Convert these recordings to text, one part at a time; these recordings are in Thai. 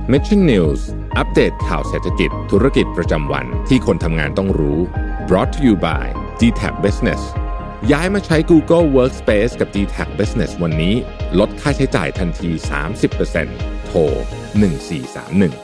Mission News อัปเดตข่าวเศรษฐกิจธุรกิจประจำวันที่คนทำงานต้องรู้ brought to you by DTAC Business ย้ายมาใช้ Google Workspace กับ DTAC Business วันนี้ลดค่าใช้จ่ายทันที 30% โทร 1431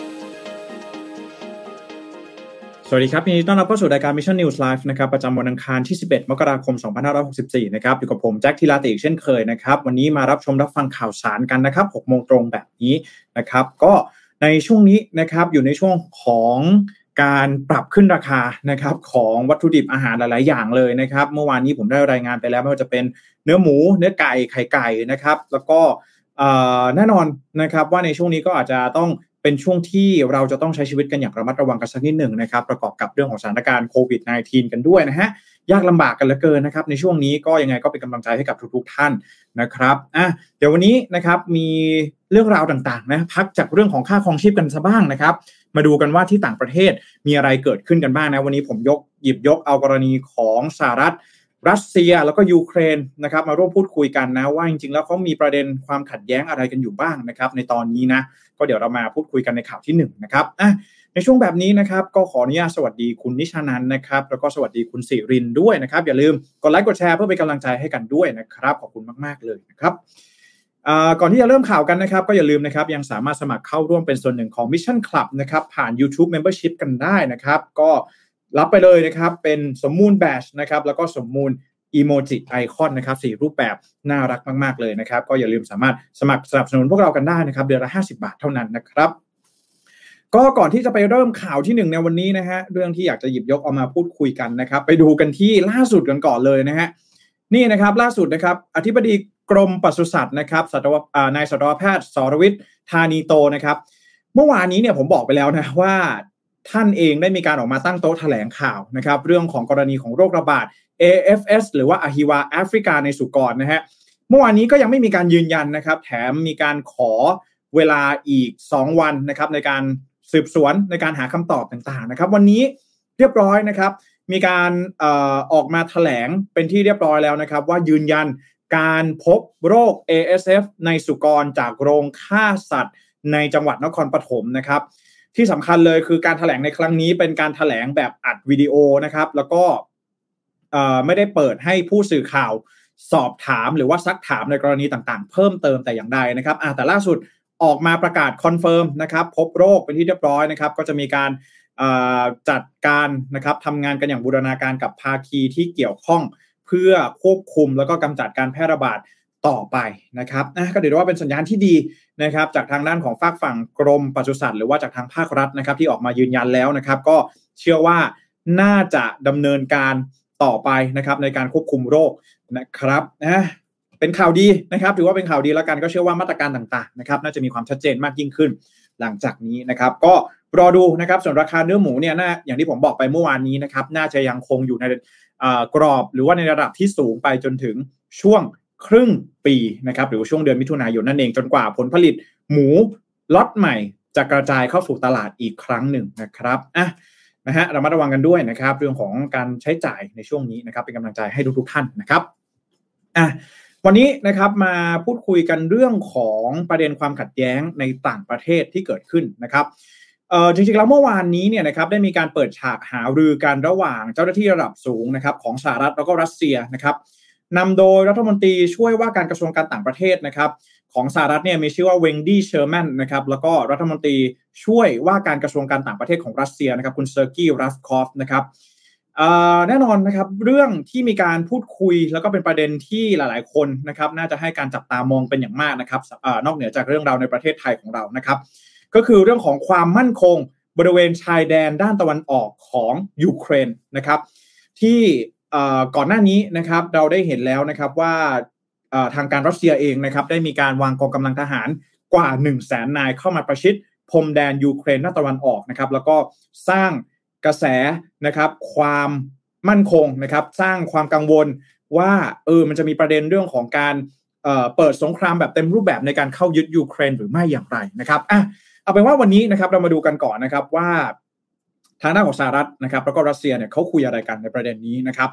สวัสดีครับยินดีต้อนรับเข้าสู่รายการ Mission News Live นะครับประจำวันอังคารที่11มกราคม2564นะครับอยู่กับผมแจ็คธีราติอีกเช่นเคยนะครับวันนี้มารับชมรับฟังข่าวสารกันนะครับ6โมงตรงแบบนี้นะครับก็ในช่วงนี้นะครับอยู่ในช่วงของการปรับขึ้นราคานะครับของวัตถุดิบอาหารหลายๆอย่างเลยนะครับเมื่อวานนี้ผมได้รายงานไปแล้วไม่ว่าจะเป็นเนื้อหมูเนื้อไก่ไข่ไก่นะครับแล้วก็แน่นอนนะครับว่าในช่วงนี้ก็อาจจะต้องเป็นช่วงที่เราจะต้องใช้ชีวิตกันอย่างระมัดระวังกันสักนิดหนึ่งนะครับประกอบกับเรื่องของสถานการณ์โควิด -19 กันด้วยนะฮะยากลำบากกันเหลือเกินนะครับในช่วงนี้ก็ยังไงก็เป็นกำลังใจให้กับทุกๆท่านนะครับเดี๋ยววันนี้นะครับมีเรื่องราวต่างๆนะพักจากเรื่องของค่าครองชีพกันซะบ้างนะครับมาดูกันว่าที่ต่างประเทศมีอะไรเกิดขึ้นกันบ้างนะวันนี้ผมหยิบยกเอากรณีของสหรัฐรัสเซียแล้วก็ยูเครนนะครับมาร่วมพูดคุยกันนะว่าจริงๆแล้วเขามีประเด็นความขัดแย้งอะไรกันอยู่บ้างนะครับในตอนนี้นะก็เดี๋ยวเรามาพูดคุยกันในข่าวที่1นะครับในช่วงแบบนี้นะครับก็ขออนุญาตสวัสดีคุณนิชานันท์นะครับแล้วก็สวัสดีคุณศิรินทร์ด้วยนะครับอย่าลืมกดไลค์กดแชร์เพื่อเป็นกำลังใจให้กันด้วยนะครับขอบคุณมากๆเลยนะครับก่อนที่จะเริ่มข่าวกันนะครับก็อย่าลืมนะครับยังสามารถสมัครเข้าร่วมเป็นส่วนหนึ่งของ Mission Club นะครับผ่าน YouTube Membership กันได้นะครับก็รับไปเลยนะครับเป็นสมมูลแบชนะครับแล้วก็สมมูลอีโมจิไอคอนนะครับ4รูปแบบน่ารักมากๆเลยนะครับก็อย่าลืมสามารถสมัครสนับสนุนพวกเรากันได้นะครับเดือนละ50 บาทเท่านั้นนะครับก็ก่อนที่จะไปเริ่มข่าวที่1ในวันนี้นะฮะเรื่องที่อยากจะหยิบยกเอามาพูดคุยกันนะครับไปดูกันที่ล่าสุดกันก่อนเลยนะฮะนี่นะครับล่าสุดนะครับอธิบดีกรมปศุสัตว์นะครับนายสัตวแพทย์สรวิทย์ธานีโตนะครับเมื่อวานนี้เนี่ยผมบอกไปแล้วนะว่าท่านเองได้มีการออกมาตั้งโต๊ะแถลงข่าวนะครับเรื่องของกรณีของโรคระบาดAFS หรือว่าอะฮิวาแอฟริกาในสุกรนะฮะเมื่อวานนี้ก็ยังไม่มีการยืนยันนะครับแถมมีการขอเวลาอีก2วันนะครับในการสืบสวนในการหาคำตอบต่างๆนะครับวันนี้เรียบร้อยนะครับมีการออกมาแถลงเป็นที่เรียบร้อยแล้วนะครับว่ายืนยันการพบโรค ASF ในสุกรจากโรงฆ่าสัตว์ในจังหวัดนครปฐมนะครับที่สำคัญเลยคือการแถลงในครั้งนี้เป็นการแถลงแบบอัดวิดีโอนะครับแล้วก็ไม่ได้เปิดให้ผู้สื่อข่าวสอบถามหรือว่าซักถามในกรณีต่างๆเพิ่มเติมแต่อย่างใดนะครับแต่ล่าสุดออกมาประกาศคอนเฟิร์มนะครับพบโรคเป็นที่เรียบร้อยนะครับก็จะมีการจัดการนะครับทำงานกันอย่างบูรณาการกับภาคีที่เกี่ยวข้องเพื่อควบคุมแล้วก็กำจัดการแพร่ระบาดต่อไปนะครับก็ถือว่าเป็นสัญญาณที่ดีนะครับจากทางด้านของฝั่งกรมปศุสัตว์หรือว่าจากทางภาครัฐนะครับที่ออกมายืนยันแล้วนะครับก็เชื่อว่าน่าจะดำเนินการต่อไปนะครับในการควบคุมโรคนะครับเป็นข่าวดีนะครับถือว่าเป็นข่าวดีแล้วกันก็เชื่อว่ามาตรการต่างๆนะครับน่าจะมีความชัดเจนมากยิ่งขึ้นหลังจากนี้นะครับก็รอดูนะครับส่วนราคาเนื้อหมูเนี่ยอย่างที่ผมบอกไปเมื่อวานนี้นะครับน่าจะยังคงอยู่ในกรอบหรือว่าในระดับที่สูงไปจนถึงช่วงครึ่งปีนะครับหรือช่วงเดือนมิถุนายนนั่นเองจนกว่าผลผลิตหมูล็อตใหม่จะกระจายเข้าสู่ตลาดอีกครั้งหนึ่งนะครับนะฮะระมัดระวังกันด้วยนะครับเรื่องของการใช้จ่ายในช่วงนี้นะครับเป็นกำลังใจให้ทุกท่านนะครับวันนี้นะครับมาพูดคุยกันเรื่องของประเด็นความขัดแย้งในต่างประเทศที่เกิดขึ้นนะครับจริงๆแล้วเมื่อวานนี้เนี่ยนะครับได้มีการเปิดฉากหารือกันระหว่างเจ้าหน้าที่ระดับสูงนะครับของสหรัฐแล้วก็รัสเซียนะครับนำโดยรัฐมนตรีช่วยว่าการกระทรวงการต่างประเทศนะครับของสหรัฐเนี่ยมีชื่อว่าเวนดี้เชอร์แมนนะครับแล้วก็รัฐมนตรีช่วยว่าการกระทรวงการต่างประเทศของรัสเซียนะครับคุณเซอร์กีย์รัสคอฟนะครับแน่นอนนะครับเรื่องที่มีการพูดคุยแล้วก็เป็นประเด็นที่หลายๆคนนะครับน่าจะให้การจับตามองเป็นอย่างมากนะครับนอกเหนือจากเรื่องราวในประเทศไทยของเรานะครับก็คือเรื่องของความมั่นคงบริเวณชายแดนด้านตะวันออกของยูเครนนะครับที่ก่อนหน้านี้นะครับเราได้เห็นแล้วนะครับว่าทางการรัสเซียเองนะครับได้มีการวางกองกำลังทหารกว่า 100,000 นายเข้ามาประชิดพรมแดนยูเครนด้านตะวันออกนะครับแล้วก็สร้างกระแสนะครับความมั่นคงนะครับสร้างความกังวลว่ามันจะมีประเด็นเรื่องของการเปิดสงครามแบบเต็มรูปแบบในการเข้ายึดยูเครนหรือไม่อย่างไรนะครับเอาเป็นว่าวันนี้นะครับเรามาดูกันก่อนนะครับว่าทางด้านของสหรัฐนะครับแล้วก็รัสเซียเนี่ยเขาคุยอะไรกันในประเด็นนี้นะครับ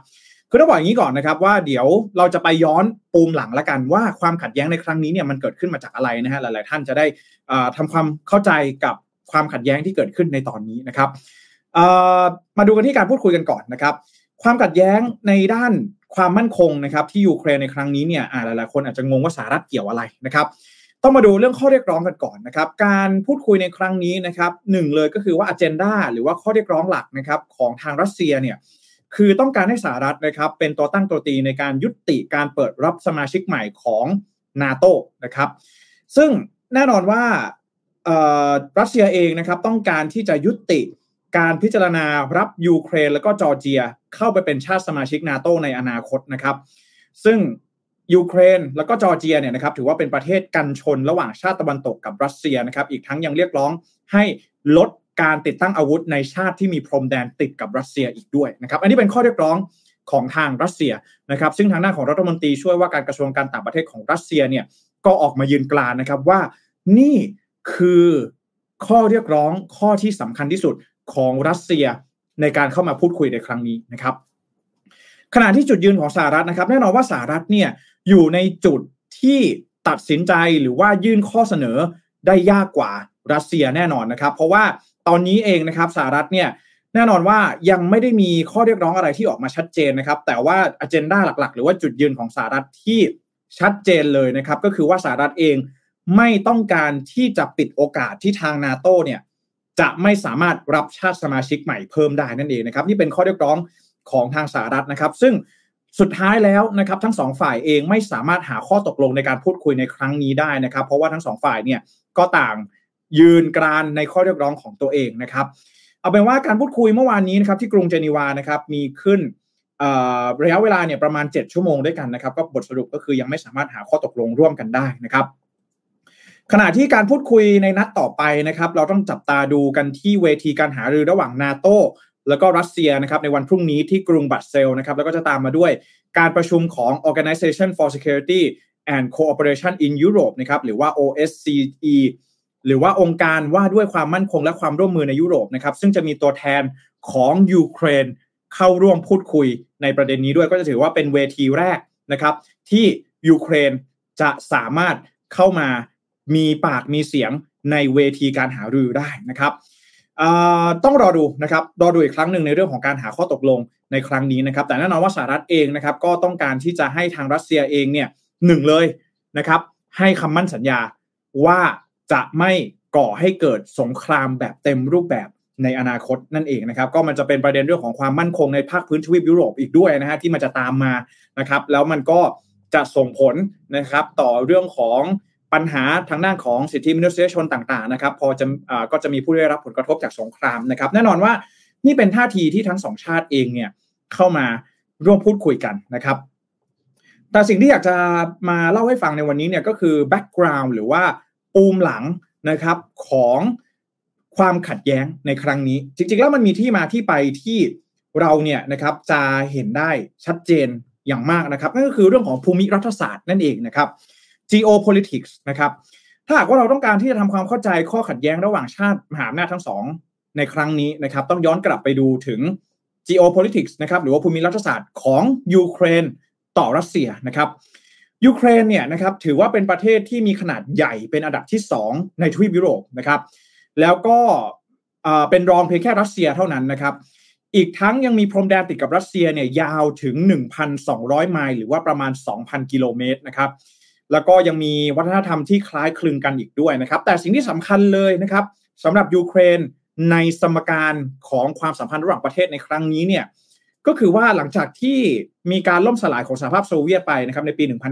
คือต้องบอกอย่างนี้ก่อนนะครับว่าเดี๋ยวเราจะไปย้อนปูมหลังละกันว่าความขัดแย้งในครั้งนี้เนี่ยมันเกิดขึ้นมาจากอะไรนะฮะหลายๆท่านจะได้ทำความเข้าใจกับความขัดแย้งที่เกิดขึ้นในตอนนี้นะครับมาดูกันที่การพูดคุยกันก่อนนะครับความขัดแย้งในด้านความมั่นคงนะครับที่ยูเครนในครั้งนี้เนี่ยหลายๆคนอาจจะงงว่าสหรัฐเกี่ยวอะไรนะครับต้องมาดูเรื่องข้อเรียกร้องกันก่อนนะครับการพูดคุยในครั้งนี้นะครับหนึ่งเลยก็คือว่า agenda หรือว่าข้อเรียกร้องหลักนะครับของทางรัสเซียเนี่ยคือต้องการให้สหรัฐนะครับเป็นตัวตั้งตัวตีในการยุติการเปิดรับสมาชิกใหม่ของ NATO นะครับซึ่งแน่นอนว่ารัสเซียเองนะครับต้องการที่จะยุติการพิจารณารับยูเครนแล้วก็จอร์เจียเข้าไปเป็นชาติสมาชิก NATO ในอนาคตนะครับซึ่งยูเครนแล้วก็จอร์เจียเนี่ยนะครับถือว่าเป็นประเทศกันชนระหว่างชาติตะวันตกกับรัสเซียนะครับอีกทั้งยังเรียกร้องให้ลดการติดตั้งอาวุธในชาติที่มีพรมแดนติดกับรัสเซียอีกด้วยนะครับอันนี้เป็นข้อเรียกร้องของทางรัสเซียนะครับซึ่งทางด้านของรัฐมนตรีช่วยว่าการกระทรวงการต่างประเทศของรัสเซียเนี่ยก็ออกมายืนกรานนะครับว่านี่คือข้อเรียกร้องข้อที่สำคัญที่สุดของรัสเซียในการเข้ามาพูดคุยในครั้งนี้นะครับขณะที่จุดยืนของสหรัฐนะครับแน่นอนว่าสหรัฐเนี่ยอยู่ในจุดที่ตัดสินใจหรือว่ายื่นข้อเสนอได้ยากกว่ารัสเซียแน่นอนนะครับเพราะว่าตอนนี้เองนะครับสหรัฐเนี่ยแน่นอนว่ายังไม่ได้มีข้อเรียกร้องอะไรที่ออกมาชัดเจนนะครับแต่ว่าอเจนดาหลักๆหรือว่าจุดยืนของสหรัฐที่ชัดเจนเลยนะครับก็คือว่าสหรัฐเองไม่ต้องการที่จะปิดโอกาสที่ทาง NATO เนี่ยจะไม่สามารถรับชาติสมาชิกใหม่เพิ่มได้นั่นเองนะครับนี่เป็นข้อเรียกร้องของทางสหรัฐนะครับซึ่งสุดท้ายแล้วนะครับทั้งสองฝ่ายเองไม่สามารถหาข้อตกลงในการพูดคุยในครั้งนี้ได้นะครับเพราะว่าทั้งสองฝ่ายเนี่ยก็ต่างยืนกรานในข้อเรียกร้องของตัวเองนะครับเอาเป็นว่าการพูดคุยเมื่อวานนี้นะครับที่กรุงเจนีวานะครับมีขึ้นระยะเวลาเนี่ยประมาณ7ชั่วโมงด้วยกันนะครับก็บทสรุปก็คือยังไม่สามารถหาข้อตกลงร่วมกันได้นะครับขณะที่การพูดคุยในนัดต่อไปนะครับเราต้องจับตาดูกันที่เวทีการหารือระหว่าง NATO แล้วก็รัสเซียนะครับในวันพรุ่งนี้ที่กรุงบรัสเซลส์นะครับแล้วก็จะตามมาด้วยการประชุมของ Organization for Security and Cooperation in Europe นะครับหรือว่า OSCE หรือว่าองค์การว่าด้วยความมั่นคงและความร่วมมือในยุโรปนะครับซึ่งจะมีตัวแทนของยูเครนเข้าร่วมพูดคุยในประเด็นนี้ด้วยก็จะถือว่าเป็นเวทีแรกนะครับที่ยูเครนจะสามารถเข้ามามีปากมีเสียงในเวทีการหารือได้นะครับต้องรอดูนะครับรอดูอีกครั้งหนึ่งในเรื่องของการหาข้อตกลงในครั้งนี้นะครับแต่แน่นอนว่าสหรัฐเองนะครับก็ต้องการที่จะให้ทางรัสเซียเองเนี่ยหนึ่งเลยนะครับให้คำมั่นสัญญาว่าจะไม่ก่อให้เกิดสงครามแบบเต็มรูปแบบในอนาคตนั่นเองนะครับก็มันจะเป็นประเด็นเรื่องของความมั่นคงในภาคพื้นทวีปยุโรปอีกด้วยนะฮะที่มันจะตามมานะครับแล้วมันก็จะส่งผลนะครับต่อเรื่องของปัญหาทางด้านของสิทธิมนุษยชนต่างๆนะครับก็จะมีผู้ได้รับผลกระทบจากสงครามนะครับแน่นอนว่านี่เป็นท่าทีที่ทั้งสองชาติเองเนี่ยเข้ามาร่วมพูดคุยกันนะครับแต่สิ่งที่อยากจะมาเล่าให้ฟังในวันนี้เนี่ยก็คือแบ็กกราวด์หรือว่าปูมหลังนะครับของความขัดแย้งในครั้งนี้จริงๆแล้วมันมีที่มาที่ไปที่เราเนี่ยนะครับจะเห็นได้ชัดเจนอย่างมากนะครับนั่นก็คือเรื่องของภูมิรัฐศาสตร์นั่นเองนะครับgeopolitics นะครับถ้าหากว่าเราต้องการที่จะทำความเข้าใจข้อขัดแย้งระหว่างชาติมหาอำนาจทั้งสองในครั้งนี้นะครับต้องย้อนกลับไปดูถึง geopolitics นะครับหรือว่าภูมิรัฐศาสตร์ของยูเครนต่อรัสเซียนะครับยูเครนเนี่ยนะครับถือว่าเป็นประเทศที่มีขนาดใหญ่เป็นอันดับที่2ในทวีปยุโรปนะครับแล้วก็เป็นรองเพียงแค่รัสเซียเท่านั้นนะครับอีกทั้งยังมีพรมแดนติดกับรัสเซียเนี่ยยาวถึง 1,200 ไมล์หรือว่าประมาณ 2,000 กิโลเมตรนะครับแล้วก็ยังมีวัฒนธรรมที่คล้ายคลึงกันอีกด้วยนะครับแต่สิ่งที่สำคัญเลยนะครับสำหรับยูเครนในสมการของความสัมพันธ์ระหว่างประเทศในครั้งนี้เนี่ยก็คือว่าหลังจากที่มีการล่มสลายของสหภาพโซเวียตไปนะครับในปี 1991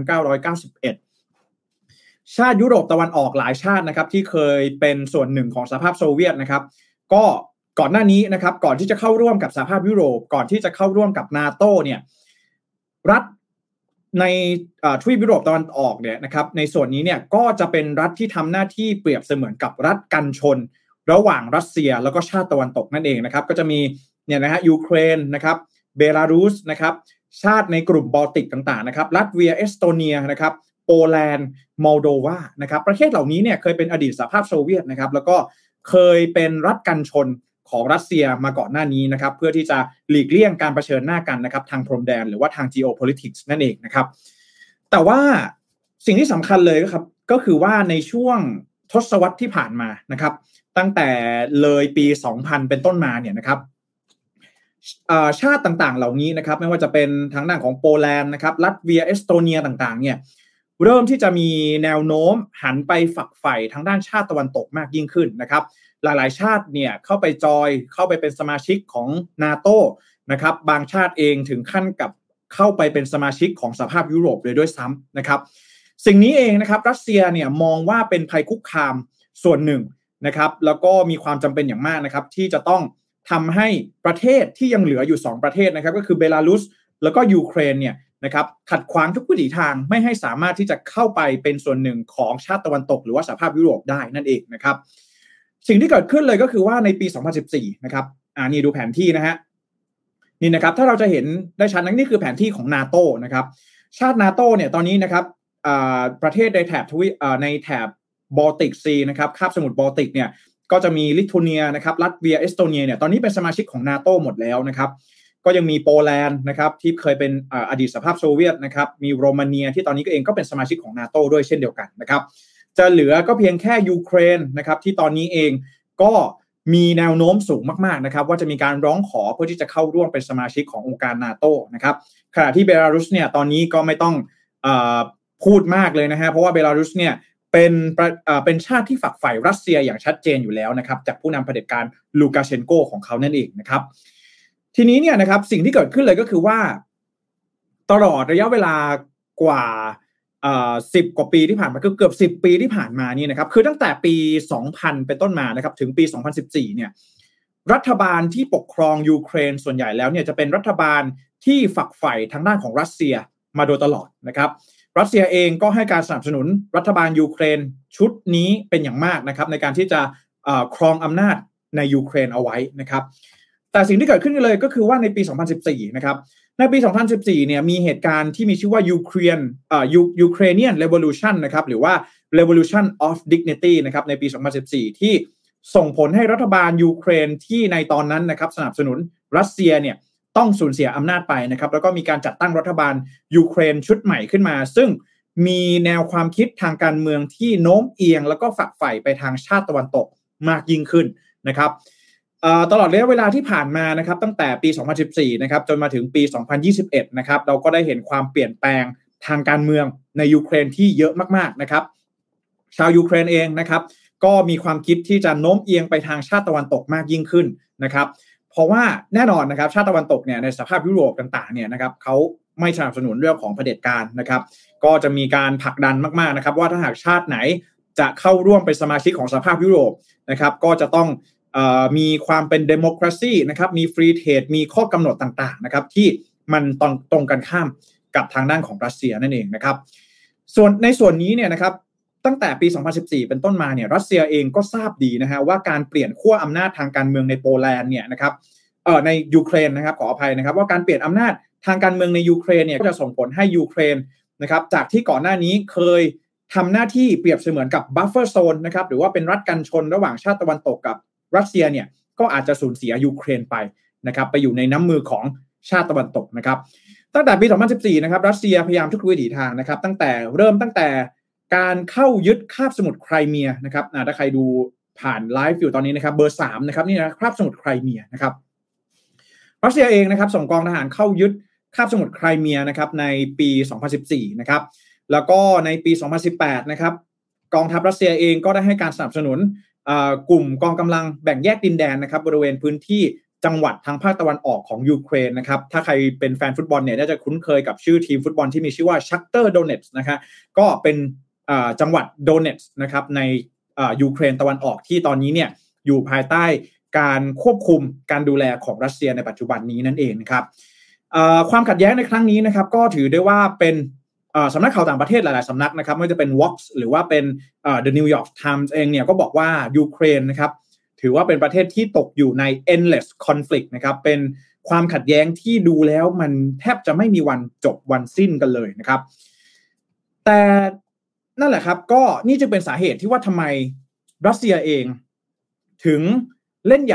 ชาติยุโรปตะวันออกหลายชาตินะครับที่เคยเป็นส่วนหนึ่งของสหภาพโซเวียตนะครับก็ก่อนหน้านี้นะครับก่อนที่จะเข้าร่วมกับสหภาพยุโรปก่อนที่จะเข้าร่วมกับ NATO เนี่ยรัฐในทวีปยุโรปตะวันออกเนี่ยนะครับในส่วนนี้เนี่ยก็จะเป็นรัฐที่ทำหน้าที่เปรียบเสมือนกับรัฐกันชนระหว่างรัสเซียแล้วก็ชาติตะวันตกนั่นเองนะครับก็จะมีเนี่ยนะฮะยูเครนนะครับเบลารุสนะครับชาติในกลุ่มบอลติกต่างๆนะครับลัตเวียเอสโตเนียนะครับโปแลนด์มอลโดวานะครับประเทศเหล่านี้เนี่ยเคยเป็นอดีตสหภาพโซเวียตนะครับแล้วก็เคยเป็นรัฐกันชนของรัสเซียมาก่อนหน้านี้นะครับเพื่อที่จะหลีกเลี่ยงการเผชิญหน้ากันนะครับทางพรมแดนหรือว่าทาง geopolitics นั่นเองนะครับแต่ว่าสิ่งที่สำคัญเลยก็คือว่าในช่วงทศวรรษที่ผ่านมานะครับตั้งแต่เลยปี 2000 เป็นต้นมาเนี่ยนะครับชาติต่างๆเหล่านี้นะครับไม่ว่าจะเป็นทางด้านของโปแลนด์นะครับลัตเวียเอสโตเนียต่างๆเนี่ยเริ่มที่จะมีแนวโน้มหันไปฝักใฝ่ทางด้านชาติตะวันตกมากยิ่งขึ้นนะครับหลายๆชาติเนี่ยเข้าไปเข้าไปเป็นสมาชิกของ NATO นะครับบางชาติเองถึงขั้นกับเข้าไปเป็นสมาชิกของสหภาพยุโรปเลยด้วยซ้ำนะครับสิ่งนี้เองนะครับรัสเซียเนี่ยมองว่าเป็นภัยคุกคามส่วนหนึ่งนะครับแล้วก็มีความจำเป็นอย่างมากนะครับที่จะต้องทำให้ประเทศที่ยังเหลืออยู่2ประเทศนะครับก็คือเบลารุสแล้วก็ยูเครนเนี่ยนะครับขัดขวางทุกวิถีทางไม่ให้สามารถที่จะเข้าไปเป็นส่วนหนึ่งของชาติตะวันตกหรือว่าสหภาพยุโรปได้นั่นเองนะครับสิ่งที่เกิดขึ้นเลยก็คือว่าในปี 2014 นะครับนี่ดูแผนที่นะฮะนี่นะครับถ้าเราจะเห็นได้ชัดนี่คือแผนที่ของ NATO นะครับชาติ NATO เนี่ยตอนนี้นะครับประเทศในแถบบอลติกซีนะครับคาบสมุทรบอลติกเนี่ยก็จะมีลิทัวเนียนะครับลัตเวียเอสโตเนียเนี่ยตอนนี้เป็นสมาชิกของ NATO หมดแล้วนะครับก็ยังมีโปแลนด์นะครับที่เคยเป็นอดีตสหภาพโซเวียตนะครับมีโรมาเนียที่ตอนนี้ก็เองก็เป็นสมาชิกของ NATO ด้วยเช่นเดียวกันนะครับจะเหลือก็เพียงแค่ยูเครนนะครับที่ตอนนี้เองก็มีแนวโน้มสูงมากๆนะครับว่าจะมีการร้องขอเพื่อที่จะเข้าร่วมเป็นสมาชิกขององค์การ NATO นะครับขณะที่เบลารุสเนี่ยตอนนี้ก็ไม่ต้องพูดมากเลยนะฮะเพราะว่าเบลารุสเนี่ยเป็นชาติที่ฝักใฝ่รัสเซียอย่างชัดเจนอยู่แล้วนะครับจากผู้นำเผด็จการลูกาเชนโกของเขานั่นเองนะครับทีนี้เนี่ยนะครับสิ่งที่เกิดขึ้นเลยก็คือว่าตลอดระยะเวลากว่า10 กว่าปีที่ผ่านมาเกือบ10 ปีที่ผ่านมานี่นะครับคือตั้งแต่ปี 2000 เป็นต้นมานะครับถึงปี 2014 เนี่ยรัฐบาลที่ปกครองยูเครนส่วนใหญ่แล้วเนี่ยจะเป็นรัฐบาลที่ฝักใฝ่ทางด้านของรัสเซียมาโดยตลอดนะครับรัสเซียเองก็ให้การสนับสนุนรัฐบาลยูเครนชุดนี้เป็นอย่างมากนะครับในการที่จะครองอำนาจในยูเครนเอาไว้นะครับแต่สิ่งที่เกิดขึ้นเลยก็คือว่าในปี 2014 นะครับในปี 2014 เนี่ยมีเหตุการณ์ที่มีชื่อว่าUkrainian Revolution นะครับหรือว่า Revolution of Dignity นะครับในปี 2014 ที่ส่งผลให้รัฐบาลยูเครนที่ในตอนนั้นนะครับสนับสนุนรัสเซียเนี่ยต้องสูญเสียอำนาจไปนะครับแล้วก็มีการจัดตั้งรัฐบาลยูเครนชุดใหม่ขึ้นมาซึ่งมีแนวความคิดทางการเมืองที่โน้มเอียงแล้วก็ฝักใฝ่ไปทางชาติตะวันตกมากยิ่งขึ้นนะครับตลอดระยะเวลาที่ผ่านมานะครับตั้งแต่ปี 2014 นะครับจนมาถึงปี 2021 นะครับเราก็ได้เห็นความเปลี่ยนแปลงทางการเมืองในยูเครนที่เยอะมากๆนะครับชาวยูเครนเองนะครับก็มีความคิดที่จะโน้มเอียงไปทางชาติตะวันตกมากยิ่งขึ้นนะครับเพราะว่าแน่นอนนะครับชาติตะวันตกเนี่ยในสหภาพยุโรปต่างๆเนี่ยนะครับเขาไม่สนับสนุนเรื่องของเผด็จการนะครับก็จะมีการผลักดันมากๆนะครับว่าถ้าหากชาติไหนจะเข้าร่วมเป็นสมาชิกของสหภาพยุโรปนะครับก็จะต้องมีความเป็นเดโมคราซีนะครับมีฟรีเทรดมีข้อกำหนดต่างๆนะครับที่มันตรงกันข้ามกับทางด้านของรัสเซียนั่นเองนะครับส่วนนี้เนี่ยนะครับตั้งแต่ปี 2014 เป็นต้นมาเนี่ยรัสเซียเองก็ทราบดีนะฮะว่าการเปลี่ยนขั้วอำนาจทางการเมืองในโปแลนด์เนี่ยนะครับในยูเครนนะครับขออภัยนะครับว่าการเปลี่ยนอำนาจทางการเมืองในยูเครนเนี่ยก็จะส่งผลให้ยูเครนนะครับจากที่ก่อนหน้านี้เคยทำหน้าที่เปรียบเสมือนกับบัฟเฟอร์โซนนะครับหรือว่าเป็นรัฐกันชนระหว่างชาติตะวันตกกับรัสเซียเนี่ยก็อาจจะสูญเสียยูเครนไปนะครับไปอยู่ในน้ำมือของชาติตะวันตกนะครับตั้งแต่ปี 2014 นะครับรัสเซียพยายามทุกวิถีทางนะครับตั้งแต่การเข้ายึดคาบสมุทรไครเมียนะครับถ้าใครดูผ่านไลฟ์อยู่ตอนนี้นะครับเบอร์3นะครับนี่นะคาบสมุทรไครเมียนะครับรัสเซียเองนะครับส่งกองทหารเข้ายึดคาบสมุทรไครเมียนะครับในปี 2014 นะครับแล้วก็ในปี 2018 นะครับกองทัพรัสเซียเองก็ได้ให้การสนับสนุนกลุ่มกองกำลังแบ่งแยกดินแดนนะครับบริเวณพื้นที่จังหวัดทางภาคตะวันออกของยูเครนนะครับถ้าใครเป็นแฟนฟุตบอลเนี่ยน่าจะคุ้นเคยกับชื่อทีมฟุตบอลที่มีชื่อว่าชักเตอร์โดเนตส์นะครับก็เป็นจังหวัดโดเนตส์นะครับในยูเครนตะวันออกที่ตอนนี้เนี่ยอยู่ภายใต้การควบคุมการดูแลของรัสเซียในปัจจุบันนี้นั่นเองนะครับความขัดแย้งในครั้งนี้นะครับก็ถือได้ว่าเป็นสำนักข่าวต่างประเทศหลายๆสำนักนะครับไม่ว่าจะเป็น Vox หรือว่าเป็นThe New York Times เองเนี่ยก็บอกว่ายูเครนนะครับถือว่าเป็นประเทศที่ตกอยู่ใน endless conflict นะครับเป็นความขัดแย้งที่ดูแล้วมันแทบจะไม่มีวันจบวันสิ้นกันเลยนะครับแต่นั่นแหละครับก็นี่จึงเป็นสาเหตุที่ว่าทำไมรัสเซียเองถึงเล่นใหญ่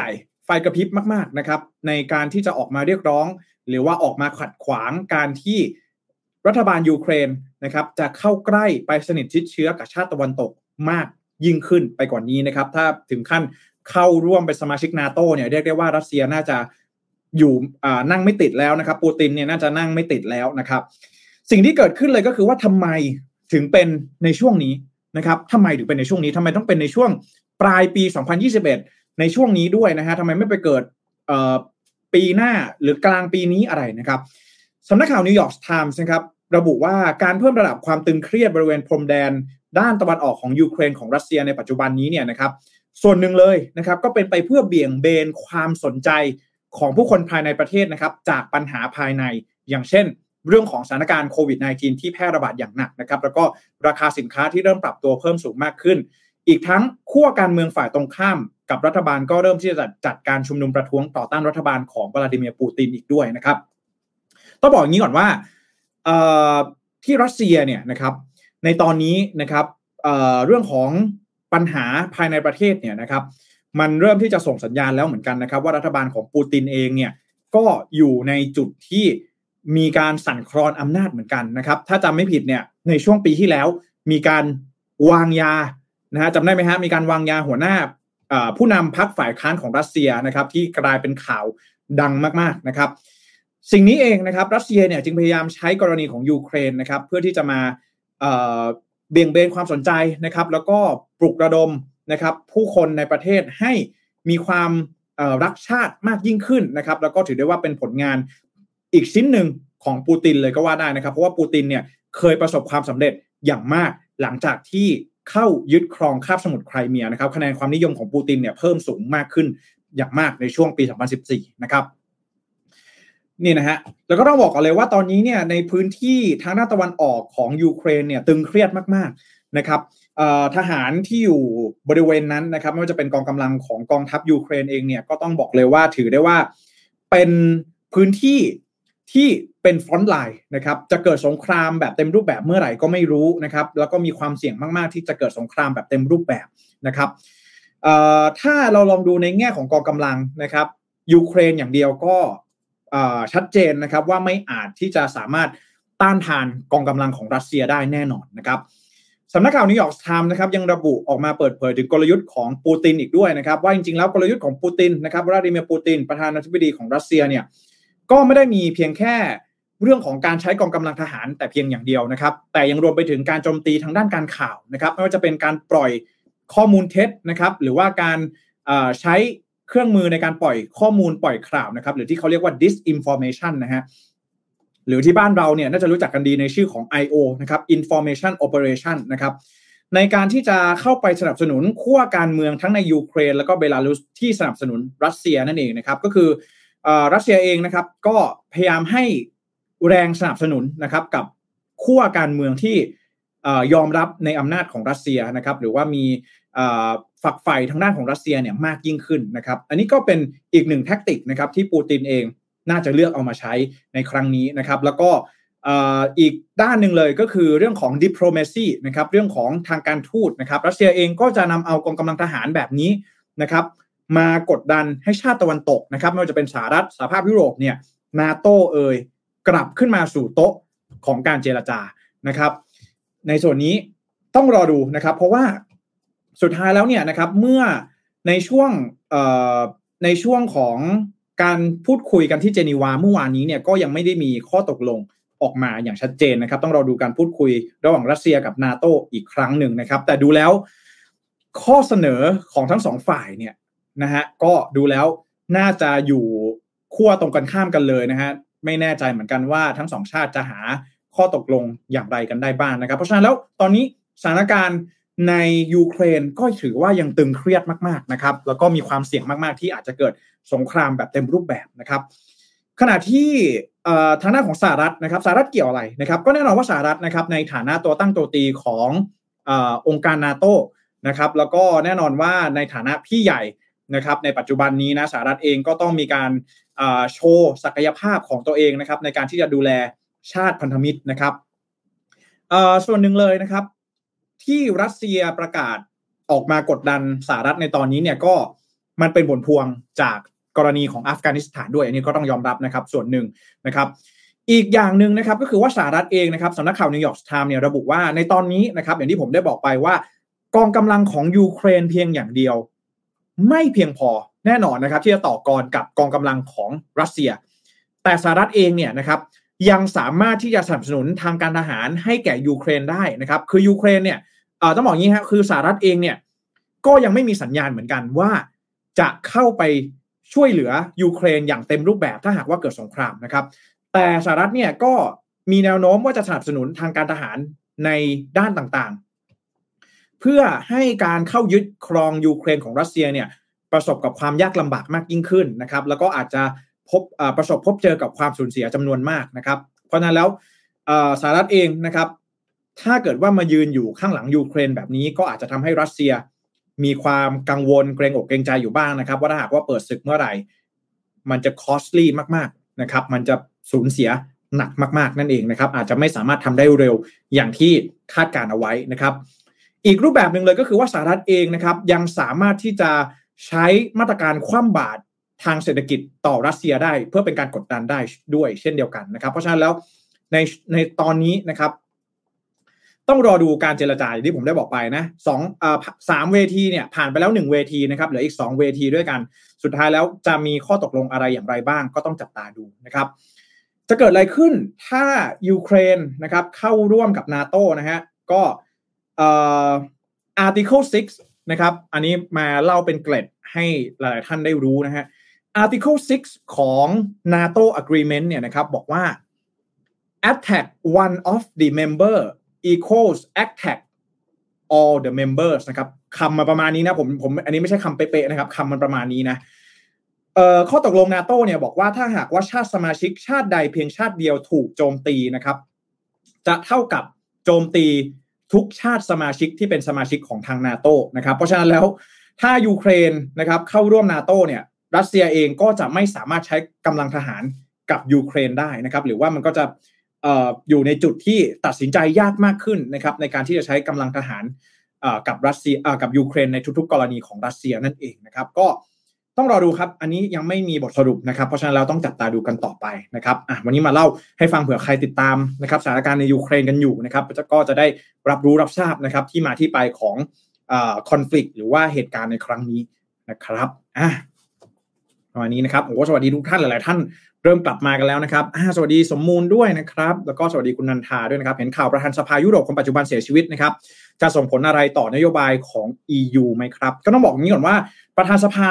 ไฟกระพริบมากๆนะครับในการที่จะออกมาเรียกร้องหรือว่าออกมาขัดขวางการที่รัฐบาลยูเครนนะครับจะเข้าใกล้ไปสนิทชิดเชื้อกับชาติตะวันตกมากยิ่งขึ้นไปกว่านี้นะครับถ้าถึงขั้นเข้าร่วมเป็นสมาชิก NATO เนี่ยเรียกได้ว่ารัสเซียน่าจะอยู่นั่งไม่ติดแล้วนะครับปูตินเนี่ยน่าจะนั่งไม่ติดแล้วนะครับสิ่งที่เกิดขึ้นเลยก็คือว่าทำไมถึงเป็นในช่วงนี้นะครับทำไมถึงเป็นในช่วงนี้ทำไมต้องเป็นในช่วงปลายปี2021ในช่วงนี้ด้วยนะฮะทำไมไม่ไปเกิดปีหน้าหรือกลางปีนี้อะไรนะครับสำนักข่าวนิวยอร์กไทมส์นะครับระบุว่าการเพิ่มระดับความตึงเครียดบริเวณพรมแดนด้านตะวันออกของยูเครนของรัสเซียในปัจจุบันนี้เนี่ยนะครับส่วนหนึ่งเลยนะครับก็เป็นไปเพื่อเบี่ยงเบนความสนใจของผู้คนภายในประเทศนะครับจากปัญหาภายในอย่างเช่นเรื่องของสถานการณ์โควิด -19 ที่แพร่ระบาดอย่างหนักนะครับแล้วก็ราคาสินค้าที่เริ่มปรับตัวเพิ่มสูงมากขึ้นอีกทั้งขั้วการเมืองฝ่ายตรงข้ามกับรัฐบาลก็เริ่มที่จะจัดการชุมนุมประท้วงต่อต้านรัฐบาลของวลาดิเมียร์ปูตินอีกด้วยนะครับต้องบอกอย่างนี้ก่อนว่าที่รัสเซียเนี่ยนะครับในตอนนี้นะครับเรื่องของปัญหาภายในประเทศเนี่ยนะครับมันเริ่มที่จะส่งสัญญาณแล้วเหมือนกันนะครับว่ารัฐบาลของปูตินเองเนี่ยก็อยู่ในจุดที่มีการสั่นคลอนอำนาจเหมือนกันนะครับถ้าจำไม่ผิดเนี่ยในช่วงปีที่แล้วมีการวางยานะฮะจำได้ไหมฮะมีการวางยาหัวหน้าผู้นำพรรคฝ่ายค้านของรัสเซียนะครับที่กลายเป็นข่าวดังมากๆนะครับสิ่งนี้เองนะครับรัสเซียเนี่ยจึงพยายามใช้กรณีของยูเครนนะครับเพื่อที่จะมาเบี่ยงเบนความสนใจนะครับแล้วก็ปลุกระดมนะครับผู้คนในประเทศให้มีความรักชาติมากยิ่งขึ้นนะครับแล้วก็ถือได้ว่าเป็นผลงานอีกชิ้นหนึ่งของปูตินเลยก็ว่าได้นะครับเพราะว่าปูตินเนี่ยเคยประสบความสำเร็จอย่างมากหลังจากที่เข้ายึดครองคาบสมุทรไครเมียนะครับคะแนนความนิยมของปูตินเนี่ยเพิ่มสูงมากขึ้นอย่างมากในช่วงปี2014นะครับนี่นะฮะแล้วก็ต้องบอกก่อนเลยว่าตอนนี้เนี่ยในพื้นที่ทางด้านตะวันออกของยูเครนเนี่ยตึงเครียดมากๆนะครับทหารที่อยู่บริเวณนั้นนะครับไม่ว่าจะเป็นกองกำลังของกองทัพยูเครนเองเนี่ยก็ต้องบอกเลยว่าถือได้ว่าเป็นพื้นที่ที่เป็นฟรอนต์ไลน์นะครับจะเกิดสงครามแบบเต็มรูปแบบเมื่อไหร่ก็ไม่รู้นะครับแล้วก็มีความเสี่ยงมากๆที่จะเกิดสงครามแบบเต็มรูปแบบนะครับถ้าเราลองดูในแง่ของกองกำลังนะครับยูเครนอย่างเดียวก็ชัดเจนนะครับว่าไม่อาจที่จะสามารถต้านทานกองกำลังของรัสเซียได้แน่นอนนะครับสำนักข่าวนิวยอร์กไทมส์นะครับยังระบุออกมาเปิดเผยถึงกลยุทธ์ของปูตินอีกด้วยนะครับว่าจริงๆแล้วกลยุทธ์ของปูตินนะครับวลาดิเมียร์ปูตินประธานาธิบดีของรัสเซียเนี่ยก็ไม่ได้มีเพียงแค่เรื่องของการใช้กองกำลังทหารแต่เพียงอย่างเดียวนะครับแต่ยังรวมไปถึงการโจมตีทางด้านการข่าวนะครับไม่ว่าจะเป็นการปล่อยข้อมูลเท็จนะครับหรือว่าการใช้เครื่องมือในการปล่อยข้อมูลปล่อยข่าวนะครับหรือที่เขาเรียกว่า disinformation นะฮะหรือที่บ้านเราเนี่ยน่าจะรู้จักกันดีในชื่อของ IO นะครับ information operation นะครับในการที่จะเข้าไปสนับสนุนขั้วการเมืองทั้งในยูเครนแล้วก็เบลารุสที่สนับสนุนรัสเซียนั่นเองนะครับก็คือรัสเซียเองนะครับก็พยายามให้แรงสนับสนุนนะครับกับขั้วการเมืองที่ยอมรับในอำนาจของรัสเซียนะครับหรือว่ามีฝักใฝ่ทางด้านของรัสเซียเนี่ยมากยิ่งขึ้นนะครับอันนี้ก็เป็นอีกหนึ่งแทคติกนะครับที่ปูตินเองน่าจะเลือกเอามาใช้ในครั้งนี้นะครับแล้วก็อีกด้านหนึ่งเลยก็คือเรื่องของ diplomacy นะครับเรื่องของทางการทูตนะครับรัสเซียเองก็จะนำเอากองกำลังทหารแบบนี้นะครับมากดดันให้ชาติตะวันตกนะครับไม่ว่าจะเป็นสหรัฐสหภาพยุโรปเนี่ย NATO กลับขึ้นมาสู่โต๊ะของการเจรจานะครับในส่วนนี้ต้องรอดูนะครับเพราะว่าสุดท้ายแล้วเนี่ยนะครับเมื่อในช่วงของการพูดคุยกันที่เจนีวาเมื่อวานนี้เนี่ยก็ยังไม่ได้มีข้อตกลงออกมาอย่างชัดเจนนะครับต้องรอดูการพูดคุยระหว่างรัสเซียกับ NATO อีกครั้งหนึ่งนะครับแต่ดูแล้วข้อเสนอของทั้งสองฝ่ายเนี่ยนะฮะก็ดูแล้วน่าจะอยู่ขั้วตรงกันข้ามกันเลยนะฮะไม่แน่ใจเหมือนกันว่าทั้งสองชาติจะหาข้อตกลงอย่างไรกันได้บ้างนะครับเพราะฉะนั้นแล้วตอนนี้สถานการณ์ในยูเครนก็ถือว่ายังตึงเครียดมากๆนะครับแล้วก็มีความเสี่ยงมากๆที่อาจจะเกิดสงครามแบบเต็มรูปแบบนะครับขณะที่ทางด้านของสหรัฐนะครับสหรัฐเกี่ยวอะไรนะครับก็แน่นอนว่าสหรัฐนะครับในฐานะตัวตั้งตัวตีขององค์การ NATO นะครับแล้วก็แน่นอนว่าในฐานะพี่ใหญ่นะครับในปัจจุบันนี้นะสหรัฐเองก็ต้องมีการโชว์ศักยภาพของตัวเองนะครับในการที่จะดูแลชาติพันธมิตรนะครับส่วนหนึ่งเลยนะครับที่รัสเซียประกาศออกมากดดันสหรัฐในตอนนี้เนี่ยก็มันเป็นผลพวงจากกรณีของอัฟกานิสถานด้วยอันนี้ก็ต้องยอมรับนะครับส่วนหนึ่งนะครับอีกอย่างหนึ่งนะครับก็คือว่าสหรัฐเองนะครับสำนักข่าวนิวยอร์กไทม์เนี่ยระบุว่าในตอนนี้นะครับอย่างที่ผมได้บอกไปว่ากองกำลังของยูเครนเพียงอย่างเดียวไม่เพียงพอแน่นอนนะครับที่จะต่อกรกับกองกำลังของรัสเซียแต่สหรัฐเองเนี่ยนะครับยังสามารถที่จะสนับสนุนทางการทหารให้แก่ยูเครนได้นะครับคือยูเครนเนี่ยต้องบอกอย่างนี้ครับคือสหรัฐเองเนี่ยก็ยังไม่มีสัญญาณเหมือนกันว่าจะเข้าไปช่วยเหลือยูเครนอย่างเต็มรูปแบบถ้าหากว่าเกิดสงครามนะครับแต่สหรัฐเนี่ยก็มีแนวโน้มว่าจะสนับสนุนทางการทหารในด้านต่างๆเพื่อให้การเข้ายึดครองยูเครนของรัสเซียเนี่ยประสบกับความยากลำบากมากยิ่งขึ้นนะครับแล้วก็อาจจะประสบพบเจอกับความสูญเสียจำนวนมากนะครับเพราะนั้นแล้วสหรัฐเองนะครับถ้าเกิดว่ามายืนอยู่ข้างหลังยูเครนแบบนี้ก็อาจจะทำให้รัสเซียมีความกังวลเกรงอกเกรงใจอยู่บ้างนะครับว่าถ้าหากว่าเปิดศึกเมื่อไหร่มันจะ costly มากๆนะครับมันจะสูญเสียหนักมากๆนั่นเองนะครับอาจจะไม่สามารถทำได้เร็วอย่างที่คาดการเอาไว้นะครับอีกรูปแบบหนึ่งเลยก็คือว่าสหรัฐเองนะครับยังสามารถที่จะใช้มาตรการคว่ำบาตรทางเศรษฐกิจต่อรัสเซียได้เพื่อเป็นการกดดันได้ด้วยเช่นเดียวกันนะครับเพราะฉะนั้นแล้วในตอนนี้นะครับต้องรอดูการเจรจาที่ผมได้บอกไปนะ3เวทีเนี่ยผ่านไปแล้ว1เวทีนะครับเหลืออีก2เวทีด้วยกันสุดท้ายแล้วจะมีข้อตกลงอะไรอย่างไรบ้างก็ต้องจับตาดูนะครับจะเกิดอะไรขึ้นถ้ายูเครนนะครับเข้าร่วมกับ NATO นะฮะก็Article 6นะครับอันนี้มาเล่าเป็นเกร็ดให้หลายๆท่านได้รู้นะฮะ Article 6 ของ NATO Agreement เนี่ยนะครับบอกว่า attack one of the member equals attack all the members นะครับคำมาประมาณนี้นะผมอันนี้ไม่ใช่คำเป๊ะๆนะครับคำมันประมาณนี้นะข้อตกลง NATO เนี่ยบอกว่าถ้าหากว่าชาติสมาชิกชาติใดเพียงชาติเดียวถูกโจมตีนะครับจะเท่ากับโจมตีทุกชาติสมาชิกที่เป็นสมาชิกของทาง NATO นะครับเพราะฉะนั้นแล้วถ้ายูเครนนะครับเข้าร่วม NATO เนี่ยรัสเซียเองก็จะไม่สามารถใช้กำลังทหารกับยูเครนได้นะครับหรือว่ามันก็จะอยู่ในจุดที่ตัดสินใจยากมากขึ้นนะครับในการที่จะใช้กำลังทหารกับรัสเซียกับยูเครนในทุกๆกรณีของรัสเซียนั่นเองนะครับก็ต้องรอดูครับอันนี้ยังไม่มีบทสรุปนะครับเพราะฉะนั้นเราต้องจับตาดูกันต่อไปนะครับวันนี้มาเล่าให้ฟังเผื่อใครติดตามนะครับสถานการณ์ในยูเครนกันอยู่นะครับก็จะได้รับรู้รับทราบนะครับที่มาที่ไปของconflict หรือว่าเหตุการณ์ในครั้งนี้นะครับวันนี้นะครับสวัสดีทุกท่านหลายๆท่านเริ่มกลับมากันแล้วนะครับสวัสดีสมมูลด้วยนะครับแล้วก็สวัสดีคุณนันทาด้วยนะครับเห็นข่าวประธานสภายุโรปคนปัจจุบันเสียชีวิตนะครับจะส่งผลอะไรต่อนโยบายของ EU ไหมครับก็ต้องบอกอย่างนี้ก่อนว่าประธานสภา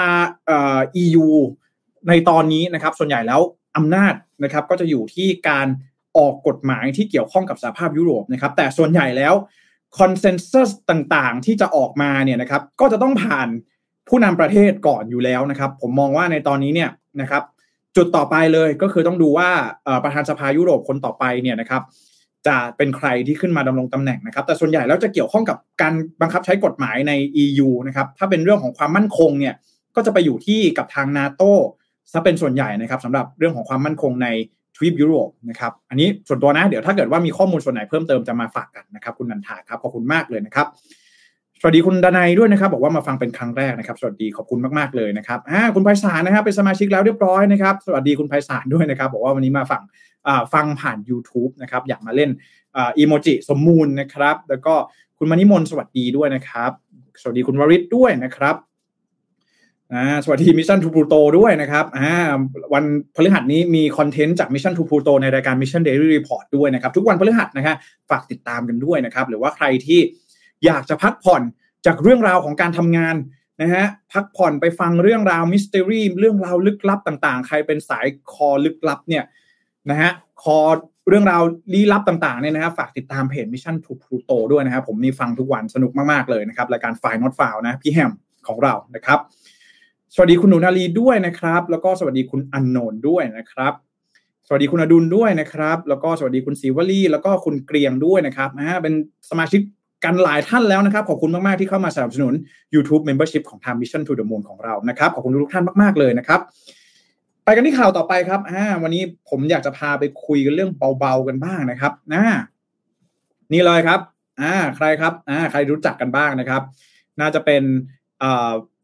EU ในตอนนี้นะครับส่วนใหญ่แล้วอำนาจนะครับก็จะอยู่ที่การออกกฎหมายที่เกี่ยวข้องกับสหภาพยุโรปนะครับแต่ส่วนใหญ่แล้วคอนเซนแซสต่างๆที่จะออกมาเนี่ยนะครับก็จะต้องผ่านผู้นำประเทศก่อนอยู่แล้วนะครับผมมองว่าในตอนนี้เนี่ยนะครับจุดต่อไปเลยก็คือต้องดูว่าประธานสภายุโรปคนต่อไปเนี่ยนะครับจะเป็นใครที่ขึ้นมาดำรงตำแหน่งนะครับแต่ส่วนใหญ่แล้วจะเกี่ยวข้องกับการบังคับใช้กฎหมายใน EU นะครับถ้าเป็นเรื่องของความมั่นคงเนี่ยก็จะไปอยู่ที่กับทาง NATO ซะเป็นส่วนใหญ่นะครับสำหรับเรื่องของความมั่นคงในทวีปยุโรปนะครับอันนี้ส่วนตัวนะเดี๋ยวถ้าเกิดว่ามีข้อมูลส่วนไหนเพิ่มเติมจะมาฝากกันนะครับคุณนันทาครับขอบคุณมากเลยนะครับสวัสดีคุณดนัยด้วยนะครับบอกว่ามาฟังเป็นครั้งแรกนะครับสวัสดีขอบคุณมากๆเลยนะครับคุณไพศาลนะครับเป็นสมาชิกแล้วเรียบร้อยนะครับสวัสดีคุณไพศาลด้วยนะครับบอกว่าวันนี้มาฟังผ่าน YouTube นะครับอยากมาเล่นอีโมจิสมมูลนะครับแล้วก็คุณมณิมนต์สวัสดีด้วยนะครับสวัสดีคุณวริศด้วยนะครับสวัสดี Mission to Pluto ด้วยนะครับวันพฤหัสนี้มีคอนเทนต์จาก Mission to Pluto ในรายการ Mission Daily Report ด้วยนะครับทุกวันพฤหัสนะครับฝากติดตามกันด้วยนะครับหรือว่าใครที่อยากจะพักผ่อนจากเรื่องราวของการทำงานนะฮะพักผ่อนไปฟังเรื่องราวมิส t ต r รี่เรื่องราวลึกลับต่างๆใครเป็นสายคอลึกลับเนี่ยนะฮะคอเรื่องราวลี้ลับต่างๆเนี่ยนะครับฝากติดตามเพจ Mission to Pluto ด้วยนะครับผมมีฟังทุกวันสนุกมากๆเลยนะครับรายการ File Not File นะพี่แฮมของเรานะครับสวัสดีคุณหนูนาลีด้วยนะครับแล้วก็สวัสดีคุณอันโนนด้วยนะครับสวัสดีคุณอดุลด้วยนะครับแล้วก็สวัสดีคุณศรีวลีแล้วก็คุณเกรียงด้วยนะครับเป็นสมาชิกกันหลายท่านแล้วนะครับขอบคุณมากๆที่เข้ามาสนับสนุน YouTube Membership ของทาง Mission to the Moon ของเรานะครับขอบคุณทุกท่านมากๆเลยนะครับไปกันที่ข่าวต่อไปครับวันนี้ผมอยากจะพาไปคุยกันเรื่องเบาๆกันบ้างนะครับนี่เลยครับใครครับใครรู้จักกันบ้างนะครับน่าจะเป็น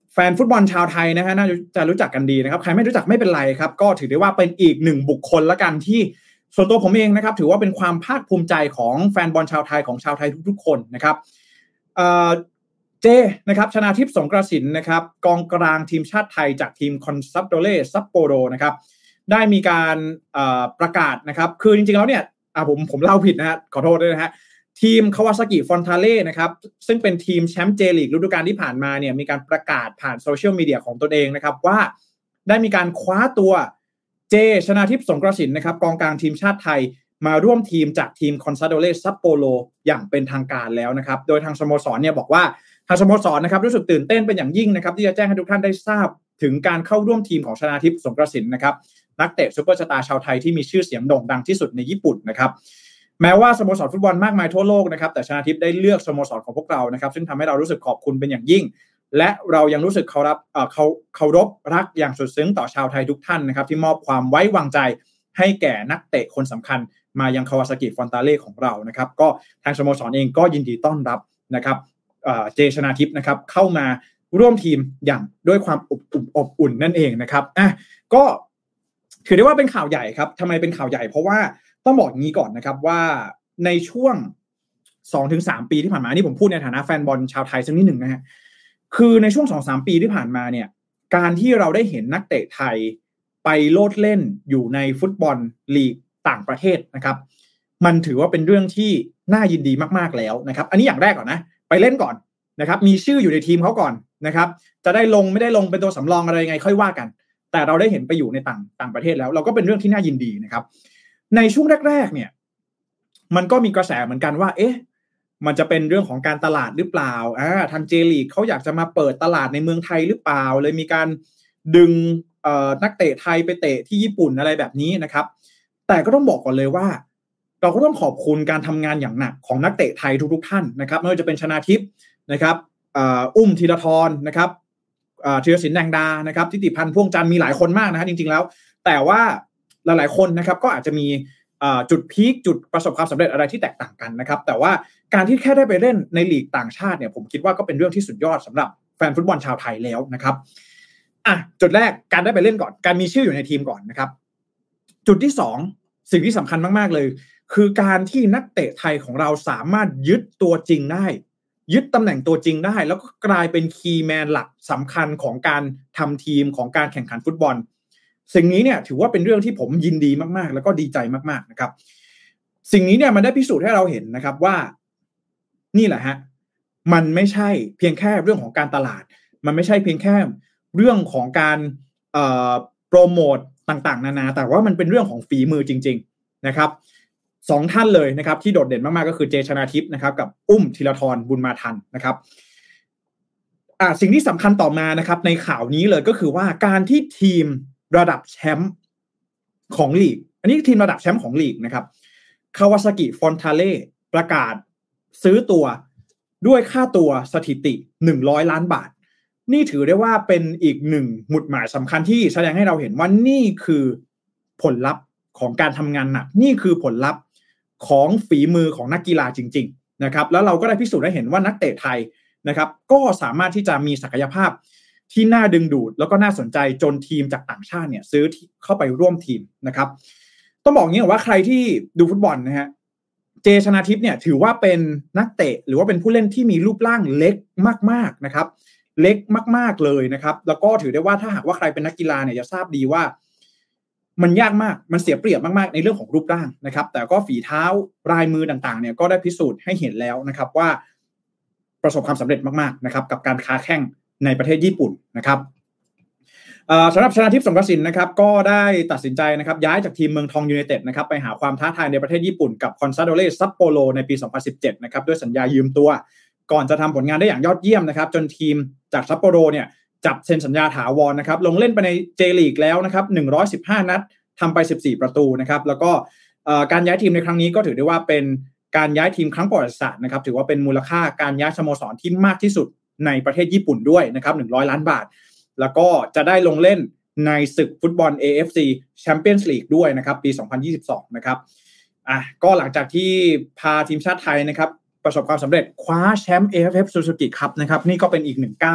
แฟนฟุตบอลชาวไทยนะฮะน่าจะรู้จักกันดีนะครับใครไม่รู้จักไม่เป็นไรครับก็ถือได้ว่าเป็นอีกหนึ่งบุคคลละกันที่ส่วนตัวผมเองนะครับถือว่าเป็นความภาคภูมิใจของแฟนบอลชาวไทยของชาวไทยทุกๆคนนะครับเจนะครับชนาทิพย์สงกระสินนะครับกองกลางทีมชาติไทยจากทีมคอนซาโดเรซัปโปโรนะครับได้มีการประกาศนะครับคือจริงๆแล้วเนี่ยผมเล่าผิดนะฮะขอโทษด้วยนะฮะทีมคาวาซากิฟอนทาเล่นะครับซึ่งเป็นทีมแชมป์เจลีกฤดูกาลที่ผ่านมาเนี่ยมีการประกาศผ่านโซเชียลมีเดียของตนเองนะครับว่าได้มีการคว้าตัวเจชนาทิพย์สงกระสินนะครับกองกลางทีมชาติไทยมาร่วมทีมจากทีมคอนซาโดเรซัปโปโรอย่างเป็นทางการแล้วนะครับโดยทางสโมสรเนี่ยบอกว่าทางสโมสรนะครับรู้สึกตื่นเต้นเป็นอย่างยิ่งนะครับที่จะแจ้งให้ทุกท่านได้ทราบถึงการเข้าร่วมทีมของชนาทิพย์สงกระสินนะครับนักเตะซุปเปอร์สตาร์ชาวไทยที่มีชื่อเสียงโด่งดังที่สุดในญี่ปุ่นนะครับแม้ว่าสโมสรฟุตบอลมากมายทั่วโลกนะครับแต่ชนาทิพย์ได้เลือกสโมสรของพวกเรานะครับซึ่งทำให้เรารู้สึกขอบคุณเป็นอย่างยิ่งและเรายังรู้สึกเคารพรักอย่างสุดซึ้งต่อชาวไทยทุกท่านนะครับที่มอบความไว้วางใจให้แก่นักเตะคนสำคัญมายังคาวาซากิฟอนตาเล่ของเรานะครับก็ทางสโมสรเองก็ยินดีต้อนรับนะครับเจชนาทิพย์นะครับเข้ามาร่วมทีมอย่างด้วยความอบอุ่นนั่นเองนะครับก็ถือได้ว่าเป็นข่าวใหญ่ครับทำไมเป็นข่าวใหญ่เพราะว่าต้องบอกอย่างนี้ก่อนนะครับว่าในช่วง 2-3 ปีที่ผ่านมานี่ผมพูดในฐานะแฟนบอลชาวไทยสักนิดหนึ่งนะฮะคือในช่วง 2-3 ปีที่ผ่านมาเนี่ยการที่เราได้เห็นนักเตะไทยไปโลดเล่นอยู่ในฟุตบอลลีกต่างประเทศนะครับมันถือว่าเป็นเรื่องที่น่ายินดีมากๆแล้วนะครับอันนี้อย่างแรกก่อนนะไปเล่นก่อนนะครับมีชื่ออยู่ในทีมเขาก่อนนะครับจะได้ลงไม่ได้ลงเป็นตัวสำรองอะไรยังไงค่อยว่ากันแต่เราได้เห็นไปอยู่ในต่างประเทศแล้วเราก็เป็นเรื่องที่น่ายินดีนะครับในช่วงแรกๆเนี่ยมันก็มีกระแสเหมือนกันว่ามันจะเป็นเรื่องของการตลาดหรือเปล่าทางเจลีกเขาอยากจะมาเปิดตลาดในเมืองไทยหรือเปล่าเลยมีการดึงนักเตะไทยไปเตะที่ญี่ปุ่นอะไรแบบนี้นะครับแต่ก็ต้องบอกก่อนเลยว่าเราก็ต้องขอบคุณการทำงานอย่างหนักของนักเตะไทยทุกๆท่านนะครับไม่ว่าจะเป็นชนาทิพย์นะครับธีรทรนะครับธีรศิลป์แดงดานะครับทิติพันธ์พ่วงจันทร์มีหลายคนมากนะฮะจริงๆแล้วแต่ว่าหลายๆคนนะครับก็อาจจะมีจุดพีคจุดประสบความสำเร็จอะไรที่แตกต่างกันนะครับแต่ว่าการที่แค่ได้ไปเล่นในลีกต่างชาติเนี่ยผมคิดว่าก็เป็นเรื่องที่สุดยอดสำหรับแฟนฟุตบอลชาวไทยแล้วนะครับจุดแรกการได้ไปเล่นก่อนการมีชื่ออยู่ในทีมก่อนนะครับจุดที่2สิ่งที่สำคัญมากๆเลยคือการที่นักเตะไทยของเราสามารถยึดตัวจริงได้ยึดตำแหน่งตัวจริงได้แล้วก็กลายเป็นคีย์แมนหลักสำคัญของการทำทีมของการแข่งขันฟุตบอลสิ่งนี้เนี่ยถือว่าเป็นเรื่องที่ผมยินดีมากๆแล้วก็ดีใจมากๆนะครับสิ่งนี้เนี่ยมันได้พิสูจน์ให้เราเห็นนะครับว่านี่แหละฮะมันไม่ใช่เพียงแค่เรื่องของการตลาดมันไม่ใช่เพียงแค่เรื่องของการโปรโมทต่างๆนานาแต่ว่ามันเป็นเรื่องของฝีมือจริงๆนะครับ2ท่านเลยนะครับที่โดดเด่นมากๆก็คือเจชนาทิพย์นะครับกับธีรทรบุญมาทันนะครับสิ่งที่สำคัญต่อมานะครับในข่าวนี้เลยก็คือว่าการที่ทีมระดับแชมป์ของลีกอันนี้ทีมระดับแชมป์ของลีกนะครับคาวาซากิฟอนทาเล่ประกาศซื้อตัวด้วยค่าตัวสถิติ100 ล้านบาทนี่ถือได้ว่าเป็นอีกหนึ่งหมุดหมายสำคัญที่แสดงให้เราเห็นว่านี่คือผลลัพธ์ของการทำงานหนักนี่คือผลลัพธ์ของฝีมือของนักกีฬาจริงๆนะครับแล้วเราก็ได้พิสูจน์ได้เห็นว่านักเตะไทยนะครับก็สามารถที่จะมีศักยภาพที่น่าดึงดูดแล้วก็น่าสนใจจนทีมจากต่างชาติเนี่ยซื้อเข้าไปร่วมทีมนะครับต้องบอกอย่างนี้ว่าใครที่ดูฟุตบอลนะฮะเจชนาทิพย์เนี่ยถือว่าเป็นนักเตะหรือว่าเป็นผู้เล่นที่มีรูปร่างเล็กมากๆนะครับเล็กมากๆเลยนะครับแล้วก็ถือได้ว่าถ้าหากว่าใครเป็นนักกีฬาเนี่ยจะทราบดีว่ามันยากมากมันเสียเปรียบมากๆในเรื่องของรูปร่างนะครับแต่ก็ฝีเท้ารายมือต่างๆเนี่ยก็ได้พิสูจน์ให้เห็นแล้วนะครับว่าประสบความสำเร็จมากๆนะครับกับการค้าแข่งในประเทศญี่ปุ่นนะครับสำหรับชนาทิพย์สงกระสินนะครับก็ได้ตัดสินใจนะครับย้ายจากทีมเมืองทองยูไนเต็ดนะครับไปหาความท้าทายในประเทศญี่ปุ่นกับคอนซาโดเรซัปโปโรในปี 2017 นะครับด้วยสัญญายืมตัวก่อนจะทำผลงานได้อย่างยอดเยี่ยมนะครับจนทีมจากซัปโปโรเนี่ยจับเซ็นสัญญาถาวรนะครับลงเล่นไปในเจลีกแล้วนะครับ115 นัดทำไป14 ประตูนะครับแล้วก็การย้ายทีมในครั้งนี้ก็ถือได้ว่าเป็นการย้ายทีมครั้งประวัติศาสตร์นะครับถือว่าเป็นมูลค่าการย้ายสโมสรที่มากที่สุดในประเทศญี่ปุ่นด้วยนะครับ100 ล้านบาทแล้วก็จะได้ลงเล่นในศึกฟุตบอล AFC Champions League ด้วยนะครับปี 2022 นะครับก็หลังจากที่พาทีมชาติไทยนะครับประสบความสำเร็จคว้าแชมป์ AFF Suzuki Cup นะครับนี่ก็เป็นอีกหนึ่งก้าว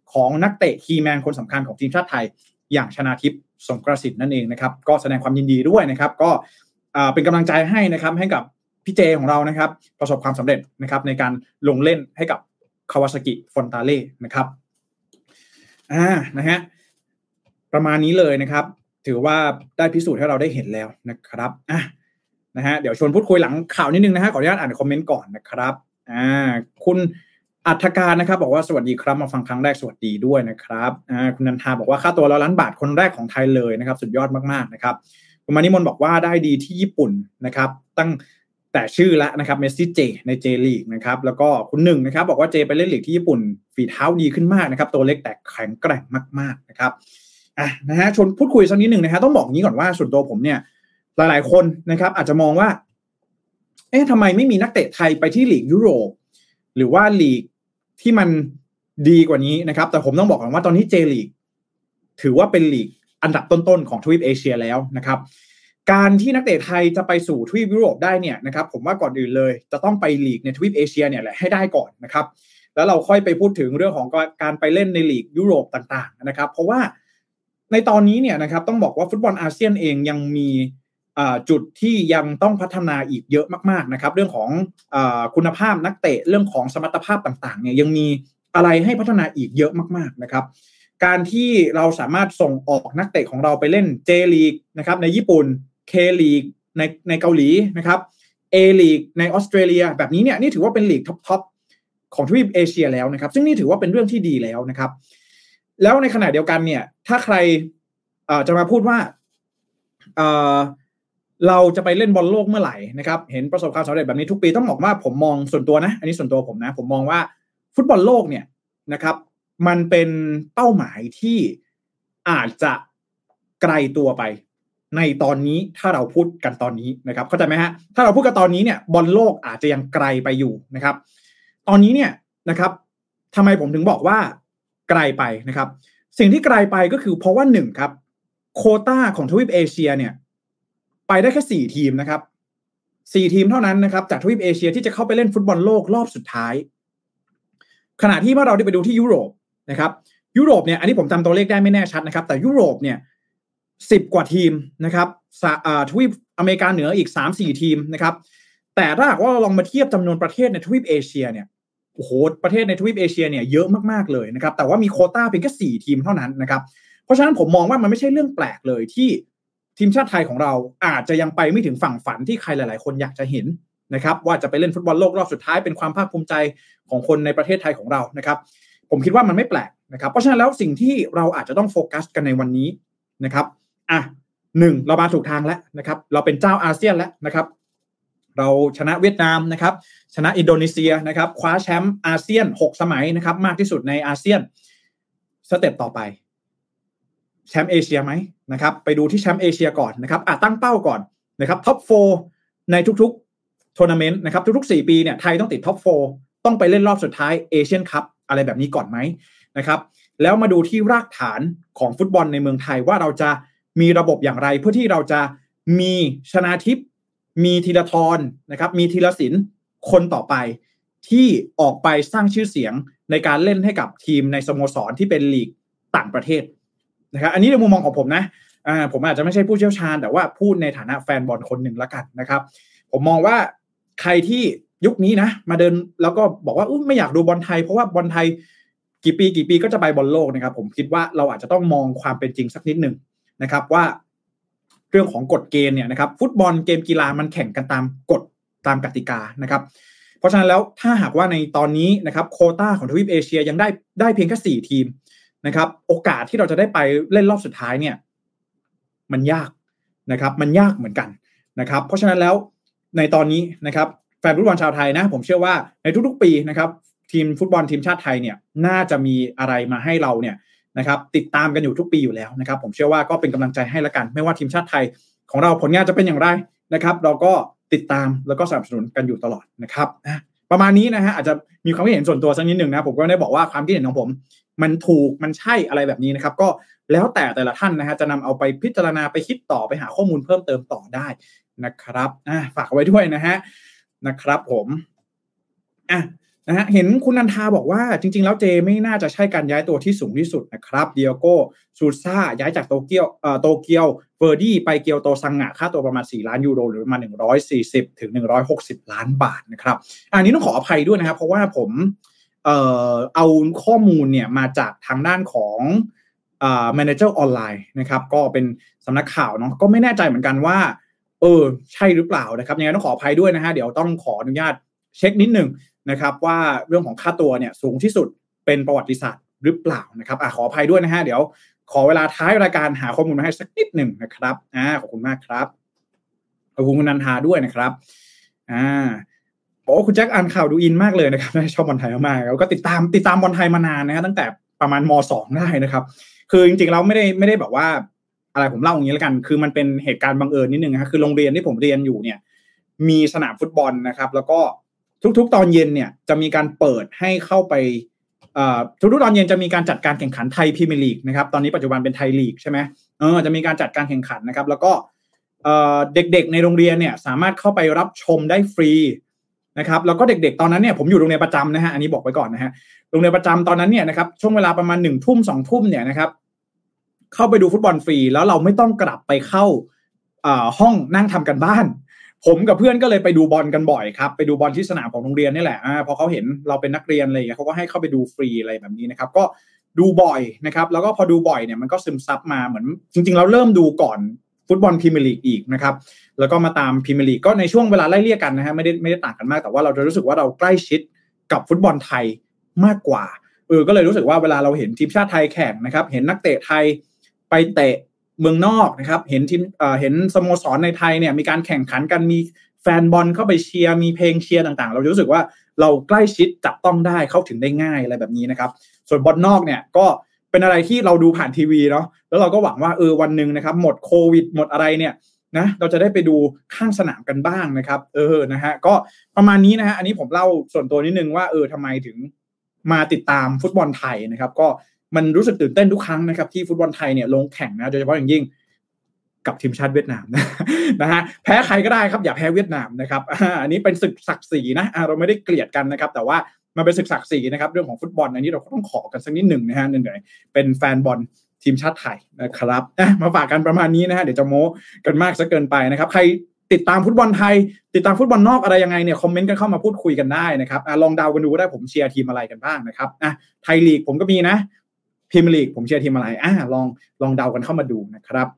ของนักเตะคีย์แมนคนสำคัญของทีมชาติไทยอย่างชนาทิพย์สงกรสิทธิ์นั่นเองนะครับก็แสดงความยินดีด้วยนะครับก็เป็นกำลังใจให้นะครับให้กับพี่เจของเรานะครับประสบความสำเร็จนะครับในการลงเล่นให้กับคาวาซากิฟอนตาเล่นะครับนะฮะประมาณนี้เลยนะครับถือว่าได้พิสูจน์ให้เราได้เห็นแล้วนะครับนะฮะเดี๋ยวชวนพูดคุยหลังข่าวนิดนึงนะฮะขออนุญาตอ่านคอมเมนต์ก่อนนะครับคุณอัฐการนะครับบอกว่าสวัสดีครับมาฟังครั้งแรกสวัสดีด้วยนะครับคุณนันทาบอกว่าค่าตัว100 ล้านบาทคนแรกของไทยเลยนะครับสุดยอดมากๆนะครับคุณมานิมนต์บอกว่าได้ดีที่ญี่ปุ่นนะครับตั้งแต่ชื่อแล้วนะครับเมสซี่เจในเจลีกนะครับแล้วก็คุณหนึ่งนะครับบอกว่าเจไปเล่นลีกที่ญี่ปุ่นฝีเท้าดีขึ้นมากนะครับตัวเล็กแต่แข็งแกร่งมากๆนะครับนะฮะชวนพูดคุยสักนิดนึงนะฮะต้องบอกงี้ก่อนว่าส่วนตัวผมเนี่ยหลายๆคนนะครับอาจจะมองว่าทำไมไม่มีนักเตะไทยไปที่ลีกยุโรปหรือว่าลีกที่มันดีกว่านี้นะครับแต่ผมต้องบอกก่อนว่าตอนนี้เจลีกถือว่าเป็นลีกอันดับต้นๆของทวีปเอเชียแล้วนะครับการที่นักเตะไทยจะไปสู่ทวีปยุโรปได้เนี่ยนะครับผมว่าก่อนอื่นเลยจะต้องไปลีกในทวีปเอเชียเนี่ยแหละให้ได้ก่อนนะครับแล้วเราค่อยไปพูดถึงเรื่องของการไปเล่นในลีกยุโรปต่างๆนะครับเพราะว่าในตอนนี้เนี่ยนะครับต้องบอกว่าฟุตบอลอาเซียนเองยังมีจุดที่ยังต้องพัฒนาอีกเยอะมากๆนะครับเรื่องของคุณภาพนักเตะเรื่องของสมรรถภาพต่างๆเนี่ยยังมีอะไรให้พัฒนาอีกเยอะมากๆนะครับการที่เราสามารถส่งออกนักเตะของเราไปเล่น J League นะครับในญี่ปุ่น K League ในเกาหลีนะครับ A League ในออสเตรเลียแบบนี้เนี่ยนี่ถือว่าเป็นลีกท็อปของทวีปเอเชียแล้วนะครับซึ่งนี่ถือว่าเป็นเรื่องที่ดีแล้วนะครับแล้วในขณะเดียวกันเนี่ยถ้าใครจะมาพูดว่าเราจะไปเล่นบอลโลกเมื่อไหร่นะครับเห็นประสบความสำเร็จแบบนี้ทุกปีต้องบอกว่าผมมองส่วนตัวนะอันนี้ส่วนตัวผมนะผมมองว่าฟุตบอลโลกเนี่ยนะครับมันเป็นเป้าหมายที่อาจจะไกลตัวไปในตอนนี้ถ้าเราพูดกันตอนนี้นะครับเข้าใจไหมฮะถ้าเราพูดกันตอนนี้เนี่ยบอลโลกอาจจะยังไกลไปอยู่นะครับตอนนี้เนี่ยนะครับทำไมผมถึงบอกว่าไกลไปนะครับสิ่งที่ไกลไปก็คือเพราะว่า1ครับโควต้าของทวีปเอเชียเนี่ยไปได้แค่4ทีมนะครับ4ทีมเท่านั้นนะครับจากทวีปเอเชียที่จะเข้าไปเล่นฟุตบอลโลกรอบสุดท้ายขณะที่เมื่อเราได้ไปดูที่ยุโรปนะครับยุโรปเนี่ยอันนี้ผมจำตัวเลขได้ไม่แน่ชัดนะครับแต่ยุโรปเนี่ย10 กว่าทีมนะครับทวีปอเมริกาเหนืออีก 3-4 ทีมนะครับแต่ถ้าหากว่าเราลองมาเทียบจำนวนประเทศในทวีปเอเชียเนี่ยโอ้โหประเทศในทวีปเอเชียเนี่ยเยอะมากๆเลยนะครับแต่ว่ามีโควต้าเพียงแค่4 ทีมเท่านั้นนะครับเพราะฉะนั้นผมมองว่ามันไม่ใช่เรื่องแปลกเลยที่ทีมชาติไทยของเราอาจจะยังไปไม่ถึงฝั่งฝันที่ใครหลายๆคนอยากจะเห็นนะครับว่าจะไปเล่นฟุตบอลโลกรอบสุดท้ายเป็นความภาคภูมิใจของคนในประเทศไทยของเรานะครับผมคิดว่ามันไม่แปลกนะครับเพราะฉะนั้นแล้วสิ่งที่เราอาจจะต้องโฟกัสกันในวันนี้นะครับ1เรามาถูกทางแล้วนะครับเราเป็นเจ้าอาเซียนแล้วนะครับเราชนะเวียดนามนะครับชนะอินโดนีเซียนะครับคว้าแชมป์อาเซียน6 สมัยนะครับมากที่สุดในอาเซียนสเต็ปต่อไปแชมป์เอเชียไหมนะครับไปดูที่แชมป์เอเชียก่อนนะครับตั้งเป้าก่อนนะครับท็อป4ในทุกๆทัวร์นาเมนต์นะครับทุกๆ4 ปีเนี่ยไทยต้องติดท็อป4ต้องไปเล่นรอบสุดท้ายเอเชียนคัพอะไรแบบนี้ก่อนไหมนะครับแล้วมาดูที่รากฐานของฟุตบอลในเมืองไทยว่าเราจะมีระบบอย่างไรเพื่อที่เราจะมีชนาทิพย์มีธีรทรนะครับมีธีรศิลป์คนต่อไปที่ออกไปสร้างชื่อเสียงในการเล่นให้กับทีมในสโมสรที่เป็นลีกต่างประเทศนะครับอันนี้ในมุมมองของผมนะผมอาจจะไม่ใช่ผู้เชี่ยวชาญแต่ว่าพูดในฐานะแฟนบอลคนหนึ่งละกันนะครับผมมองว่าใครที่ยุคนี้นะมาเดินแล้วก็บอกว่าไม่อยากดูบอลไทยเพราะว่าบอลไทยกี่ปีก็จะไปบอลโลกนะครับผมคิดว่าเราอาจจะต้องมองความเป็นจริงสักนิดหนึ่งนะครับว่าเรื่องของกฎเกณฑ์เนี่ยนะครับฟุตบอลเกมกีฬามันแข่งกันตามกฎตามกติกานะครับเพราะฉะนั้นแล้วถ้าหากว่าในตอนนี้นะครับโควต้าของทวีปเอเชียยังได้เพียงแค่4 ทีมนะครับโอกาสที่เราจะได้ไปเล่นรอบสุดท้ายเนี่ยมันยากนะครับมันยากเหมือนกันนะครับเพราะฉะนั้นแล้วในตอนนี้นะครับแฟนฟุตบอลชาวไทยนะผมเชื่อว่าในทุกๆปีนะครับทีมฟุตบอลทีมชาติไทยเนี่ยน่าจะมีอะไรมาให้เราเนี่ยนะครับติดตามกันอยู่ทุกปีอยู่แล้วนะครับผมเชื่อว่าก็เป็นกำลังใจให้ละกันไม่ว่าทีมชาติไทยของเราผลงานจะเป็นอย่างไรนะครับเราก็ติดตามแล้วก็สนับสนุนกันอยู่ตลอดนะครับประมาณนี้นะฮะอาจจะมีความคิดเห็นส่วนตัวสักนิดนึงนะผมก็ได้บอกว่าความคิดเห็นของผมมันถูกมันใช่อะไรแบบนี้นะครับก็แล้วแต่ละท่านนะฮะจะนำเอาไปพิจารณาไปคิดต่อไปหาข้อมูลเพิ่มเติมต่อได้นะครับฝากเอาไว้ด้วยนะฮะนะครับผมนะฮะเห็นคุณนันทาบอกว่าจริงๆแล้วเจไม่น่าจะใช่การย้ายตัวที่สูงที่สุดนะครับเดียโก้ซูซ่าย้ายจากโตเกียวเวอร์ดี้ไปเกียวโตซังงะค่าตัวประมาณ4ล้านยูโรหรือประมาณ140ถึง160ล้านบาทนะครับอันนี้ต้องขออภัยด้วยนะครับเพราะว่าผมเอาข้อมูลเนี่ยมาจากทางด้านของManager ออนไลน์นะครับก็เป็นสำนักข่าวเนาะก็ไม่แน่ใจเหมือนกันว่าใช่หรือเปล่านะครับยังไงต้องขออภัยด้วยนะฮะเดี๋ยวต้องขออนุญาตเช็คนิดนึงนะครับว่าเรื่องของค่าตัวเนี่ยสูงที่สุดเป็นประวัติศาสตร์หรือเปล่านะครับขออภัยด้วยนะฮะเดี๋ยวขอเวลาท้ายรายการหาข้อมูลมาให้สักนิดหนึ่งนะครับขอบคุณมากครับขอบคุณคุณนันทาด้วยนะครับบอกว่าคุณแจ็คอ่านข่าวดูอินมากเลยนะครับชอบบอลไทยมากแล้วก็ติดตามบอลไทยมานานนะฮะตั้งแต่ประมาณม.2 ได้นะครับคือจริงๆเราไม่ได้แบบว่าอะไรผมเล่าอย่างนี้แล้วกันคือมันเป็นเหตุการณ์บังเอิญนิดนึงนะคือโรงเรียนที่ผมเรียนอยู่เนี่ยมีสนามฟุตบอลนะครับแล้วก็ทุกๆตอนเย็นเนี่ยจะมีการเปิดให้เข้าไปทุกๆตอนเย็นจะมีการจัดการแข่งขันไทยพรีเมียร์ลีกนะครับตอนนี้ปัจจุบันเป็นไทยลีกใช่ไหมจะมีการจัดการแข่งขันนะครับแล้วก็เด็กๆในโรงเรียนเนี่ยสามารถเข้าไปรับชมได้ฟรีนะครับแล้วก็เด็กๆตอนนั้นเนี่ยผมอยู่โรงเรียนประจำนะฮะอันนี้บอกไว้ก่อนนะฮะโรงเรียนประจำตอนนั้นเนี่ยนะครับช่วงเวลาประมาณ 1 ทุ่ม 2 ทุ่มเนี่ยนะครับเข้าไปดูฟุตบอลฟรีแล้วเราไม่ต้องกลับไปเข้าห้องนั่งทำกันบ้านผมกับเพื่อนก็เลยไปดูบอลกันบ่อยครับไปดูบอลที่สนามของโรงเรียนนี่แหละพอเขาเห็นเราเป็นนักเรียนอะไรอย่างเงี้ยเขาก็ให้เข้าไปดูฟรีอะไรแบบนี้นะครับก็ดูบ่อยนะครับแล้วก็พอดูบ่อยเนี่ยมันก็ซึมซับมาเหมือนจริงๆเราเริ่มดูก่อนฟุตบอลพรีเมียร์ลีกอีกนะครับแล้วก็มาตามพรีเมียร์ลีกก็ในช่วงเวลาไล่เลี่ยกันนะฮะไม่ได้ต่างกันมากแต่ว่าเราจะรู้สึกว่าเราใกล้ชิดกับฟุตบอลไทยมากกว่าก็เลยรู้สึกว่าเวลาเราเห็นทีมชาติไทยแข่งนะครับเห็นนักเตะไทยไปเตะเมืองนอกนะครับเห็นทีมเห็นสโมสรในไทยเนี่ยมีการแข่งขันกันมีแฟนบอลเข้าไปเชียร์มีเพลงเชียร์ต่างๆเรารู้สึกว่าเราใกล้ชิดจับต้องได้เข้าถึงได้ง่ายอะไรแบบนี้นะครับส่วนบอลนอกเนี่ยก็เป็นอะไรที่เราดูผ่านทีวีเนาะแล้วเราก็หวังว่าวันนึงนะครับหมดโควิดหมดอะไรเนี่ยนะเราจะได้ไปดูข้างสนามกันบ้างนะครับนะฮะก็ประมาณนี้นะฮะอันนี้ผมเล่าส่วนตัวนิดนึงว่าทำไมถึงมาติดตามฟุตบอลไทยนะครับก็มันรู้สึกตื่นเต้นทุกครั้งนะครับที่ฟุตบอลไทยเนี่ยลงแข่งนะโดยเฉพาะอย่างยิ่งกับทีมชาติเวียดนามนะฮะแพ้ใครก็ได้ครับอย่าแพ้เวียดนามนะครับอันนี้เป็นศึกศักดิ์ศรีนะเราไม่ได้เกลียดกันนะครับแต่ว่ามันเป็นศึกศักดิ์ศรีนะครับเรื่องของฟุตบอลอันนี้เราก็ต้องขอกันสักนิดหนึ่งนะฮะนั่นเลยเป็นแฟนบอลทีมชาติไทยนะครับมาฝากกันประมาณนี้นะฮะเดี๋ยวจะโม้กันมากซะเกินไปนะครับใครติดตามฟุตบอลไทยติดตามฟุตบอลนอกอะไรยังไงเนี่ยคอมเมนต์กันเข้ามาพูดคุยกันได้นะครับลองเดากันดูก็ได้ผมเชียร์ทีมอะไรกันบ้างนะครับไทยลีกผมก็มีนะพรีเมียร์ลีกผมเชียร์ทีมอะไรลองเดากันเข้ามาดูนะครับ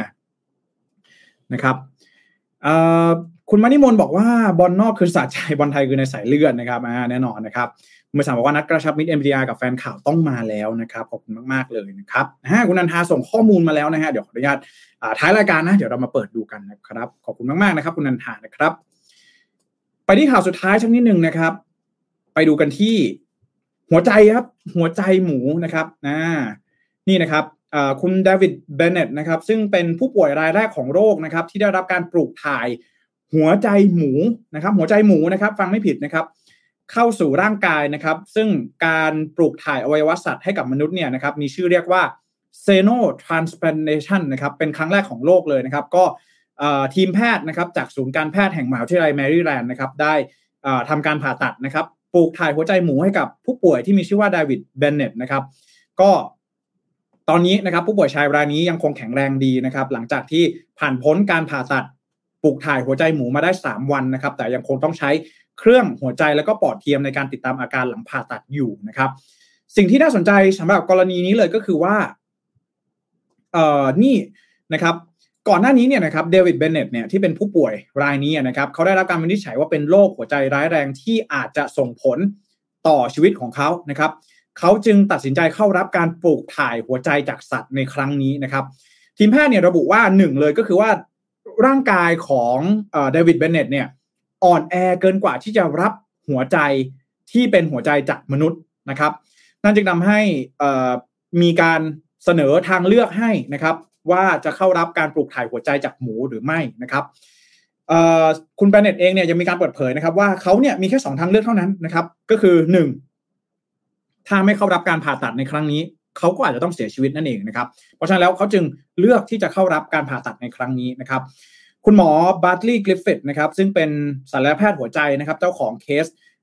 นะครับคุณมณิมนบอกว่าบอลนอกคือศาสตร์ใจบอลไทยคือในสายเลือดนะครับแน่นอนนะครับมือสามบอกว่านัดกระชับมิตร MDR กับแฟนข่าวต้องมาแล้วนะครับขอบคุณมากๆเลยนะครับคุณนันทาส่งข้อมูลมาแล้วนะฮะเดี๋ยวขออนุญาตท้ายรายการนะเดี๋ยวเรามาเปิดดูกันนะครับขอบคุณมากๆนะครับคุณนันทานะครับไปที่ข่าวสุดท้ายสักนิดนึงนะครับไปดูกันที่หัวใจครับหัวใจหมูนะครับนี่นะครับคุณเดวิดเบนเน็ตนะครับซึ่งเป็นผู้ป่วยรายแรกของโรคนะครับที่ได้รับการปลูกถ่ายหัวใจหมูนะครับหัวใจหมูนะครับฟังไม่ผิดนะครับเข้าสู่ร่างกายนะครับซึ่งการปลูกถ่ายอวัยวะสัตว์ให้กับมนุษย์เนี่ยนะครับมีชื่อเรียกว่า Xenotransplantation นะครับเป็นครั้งแรกของโลกเลยนะครับก็ทีมแพทย์นะครับจากศูนย์การแพทย์แห่งมหาวิทยาลัยแมริแลนด์นะครับได้ทำการผ่าตัดนะครับปลูกถ่ายหัวใจหมูให้กับผู้ป่วยที่มีชื่อว่าเดวิดเบนเน็ตนะครับก็ตอนนี้นะครับผู้ป่วยชายรายนี้ยังคงแข็งแรงดีนะครับหลังจากที่ผ่านพ้นการผ่าตัดปลูกถ่ายหัวใจหมูมาได้3วันนะครับแต่ยังคงต้องใช้เครื่องหัวใจแล้วก็ปอดเทียมในการติดตามอาการหลังผ่าตัดอยู่นะครับสิ่งที่น่าสนใจสำหรับกรณีนี้เลยก็คือว่านี่นะครับก่อนหน้านี้เนี่ยนะครับเดวิดเบนเน็ตเนี่ยที่เป็นผู้ป่วยรายนี้นะครับเขาได้รับการวินิจฉัยว่าเป็นโรคหัวใจร้ายแรงที่อาจจะส่งผลต่อชีวิตของเขานะครับเขาจึงตัดสินใจเข้ารับการปลูกถ่ายหัวใจจากสัตว์ในครั้งนี้นะครับทีมแพทย์เนี่ยระบุว่า1เลยก็คือว่าร่างกายของเดวิดเบนเน็ตเนี่ยอ่อนแอเกินกว่าที่จะรับหัวใจที่เป็นหัวใจจากมนุษย์นะครับนั่นจึงทำให้มีการเสนอทางเลือกให้นะครับว่าจะเข้ารับการปลูกถ่ายหัวใจจากหมูหรือไม่นะครับคุณเบนเน็ตเองเนี่ยยังมีการเปิดเผยนะครับว่าเขาเนี่ยมีแค่2ทางเลือกเท่านั้นนะครับก็คือ1ถ้าไม่เข้ารับการผ่าตัดในครั้งนี้เขาก็อาจจะต้องเสียชีวิตนั่นเองนะครับเพราะฉะนั้นแล้วเขาจึงเลือกที่จะเข้ารับการผ่าตัดในครั้งนี้นะครับคุณหมอบาร์ตลีย์กริฟฟิธนะครับซึ่งเป็นศัลยแพทย์หัวใจนะครับเจ้าของเคส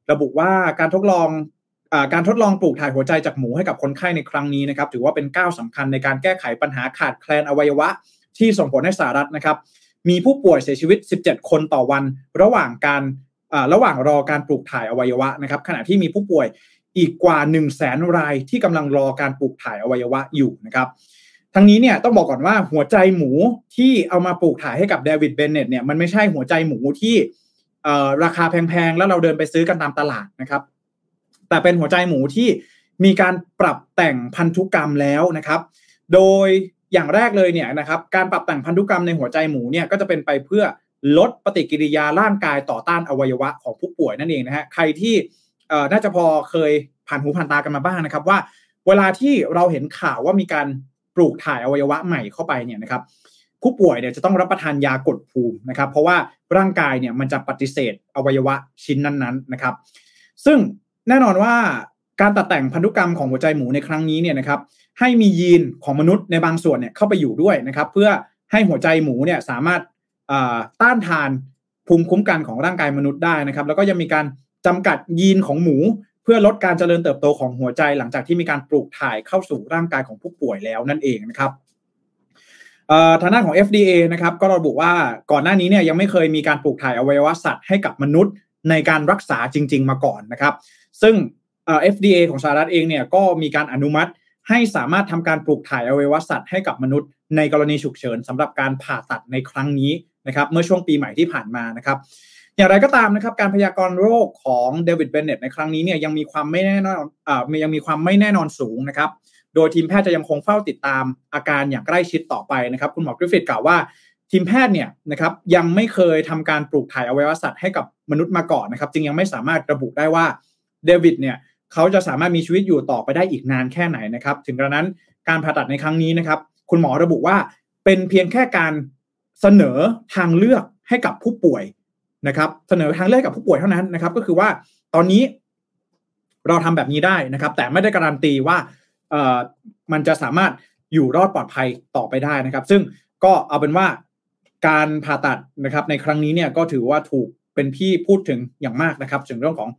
ระบุว่าการทดลองปลูกถ่ายหัวใจจากหมูให้กับคนไข้ในครั้งนี้นะครับถือว่าเป็นก้าวสำคัญในการแก้ไขปัญหาขาดแคลนอวัยวะที่ส่งผลให้สหรัฐนะครับมีผู้ป่วยเสียชีวิต17คนต่อวันระหว่างรอการปลูกถ่ายอวัยวะนะครับขณะที่มีผู้ป่วยอีกกว่า 100,000 รายที่กำลังรอการปลูกถ่ายอวัยวะอยู่นะครับทั้งนี้เนี่ยต้องบอกก่อนว่าหัวใจหมูที่เอามาปลูกถ่ายให้กับเดวิดเบนเน็ตเนี่ยมันไม่ใช่หัวใจหมูที่ราคาแพงๆแล้วเราเดินไปซื้อกันตามตลาดนะครับแต่เป็นหัวใจหมูที่มีการปรับแต่งพันธุกรรมแล้วนะครับโดยอย่างแรกเลยเนี่ยนะครับการปรับแต่งพันธุกรรมในหัวใจหมูเนี่ยก็จะเป็นไปเพื่อลดปฏิกิริยาร่างกายต่อต้านอวัยวะของผู้ป่วยนั่นเองนะฮะใครที่น่าจะพอเคยผ่านหูผ่านตากันมาบ้างนะครับว่าเวลาที่เราเห็นข่าวว่ามีการปลูกถ่ายอวัยวะใหม่เข้าไปเนี่ยนะครับผู้ป่วยเนี่ยจะต้องรับประทานยากดภูมินะครับเพราะว่าร่างกายเนี่ยมันจะปฏิเสธอวัยวะชิ้นนั้นๆนะครับซึ่งแน่นอนว่าการตัดแต่งพันธุกรรมของหัวใจหมูในครั้งนี้เนี่ยนะครับให้มียีนของมนุษย์ในบางส่วนเนี่ยเข้าไปอยู่ด้วยนะครับเพื่อให้หัวใจหมูเนี่ยสามารถต้านทานภูมิคุ้มกันของร่างกายมนุษย์ได้นะครับแล้วก็ยังมีการจำกัดยีนของหมูเพื่อลดการเจริญเติบโตของหัวใจหลังจากที่มีการปลูกถ่ายเข้าสู่ร่างกายของผู้ป่วยแล้วนั่นเองนะครับทางด้านของ FDA นะครับก็ระบุว่าก่อนหน้านี้เนี่ยยังไม่เคยมีการปลูกถ่ายอวัยวะสัตว์ให้กับมนุษย์ในการรักษาจริงๆมาก่อนนะครับซึ่งFDA ของสหรัฐเองเนี่ยก็มีการอนุมัติให้สามารถทำการปลูกถ่ายอวัยวะสัตว์ให้กับมนุษย์ในกรณีฉุกเฉินสำหรับการผ่าตัดในครั้งนี้นะครับเมื่อช่วงปีใหม่ที่ผ่านมานะครับอย่างไรก็ตามนะครับการพยากรณ์โรคของเดวิดเบนเน็ตในครั้งนี้เนี่ยยังมีความไม่แน่นอนสูงนะครับโดยทีมแพทย์จะยังคงเฝ้าติดตามอาการอย่างใกล้ชิดต่อไปนะครับคุณหมอกริฟฟิธกล่าวว่าทีมแพทย์เนี่ยนะครับยังไม่เคยทำการปลูกถ่ายอวัยวะสัตว์ให้กับมนุษย์มาก่อนนะครับจึงยังไม่สามารถระบุได้ว่าเดวิดเนี่ยเขาจะสามารถมีชีวิตอยู่ต่อไปได้อีกนานแค่ไหนนะครับถึงกระนั้นการผ่าตัดในครั้งนี้นะครับคุณหมอระบุว่าเป็นเพียงแค่การเสนอทางเลือกให้กับผู้ป่วยนะครับเสนอทางเลือกกับผู้ป่วยเท่านั้นนะครับก็คือว่าตอนนี้เราทำแบบนี้ได้นะครับแต่ไม่ได้การันตีว่ามันจะสามารถอยู่รอดปลอดภัยต่อไปได้นะครับซึ่งก็เอาเป็นว่าการผ่าตัดนะครับในครั้งนี้เนี่ยก็ถือว่าถูกเป็นที่พูดถึงอย่างมากนะครับถึงเรื่องของ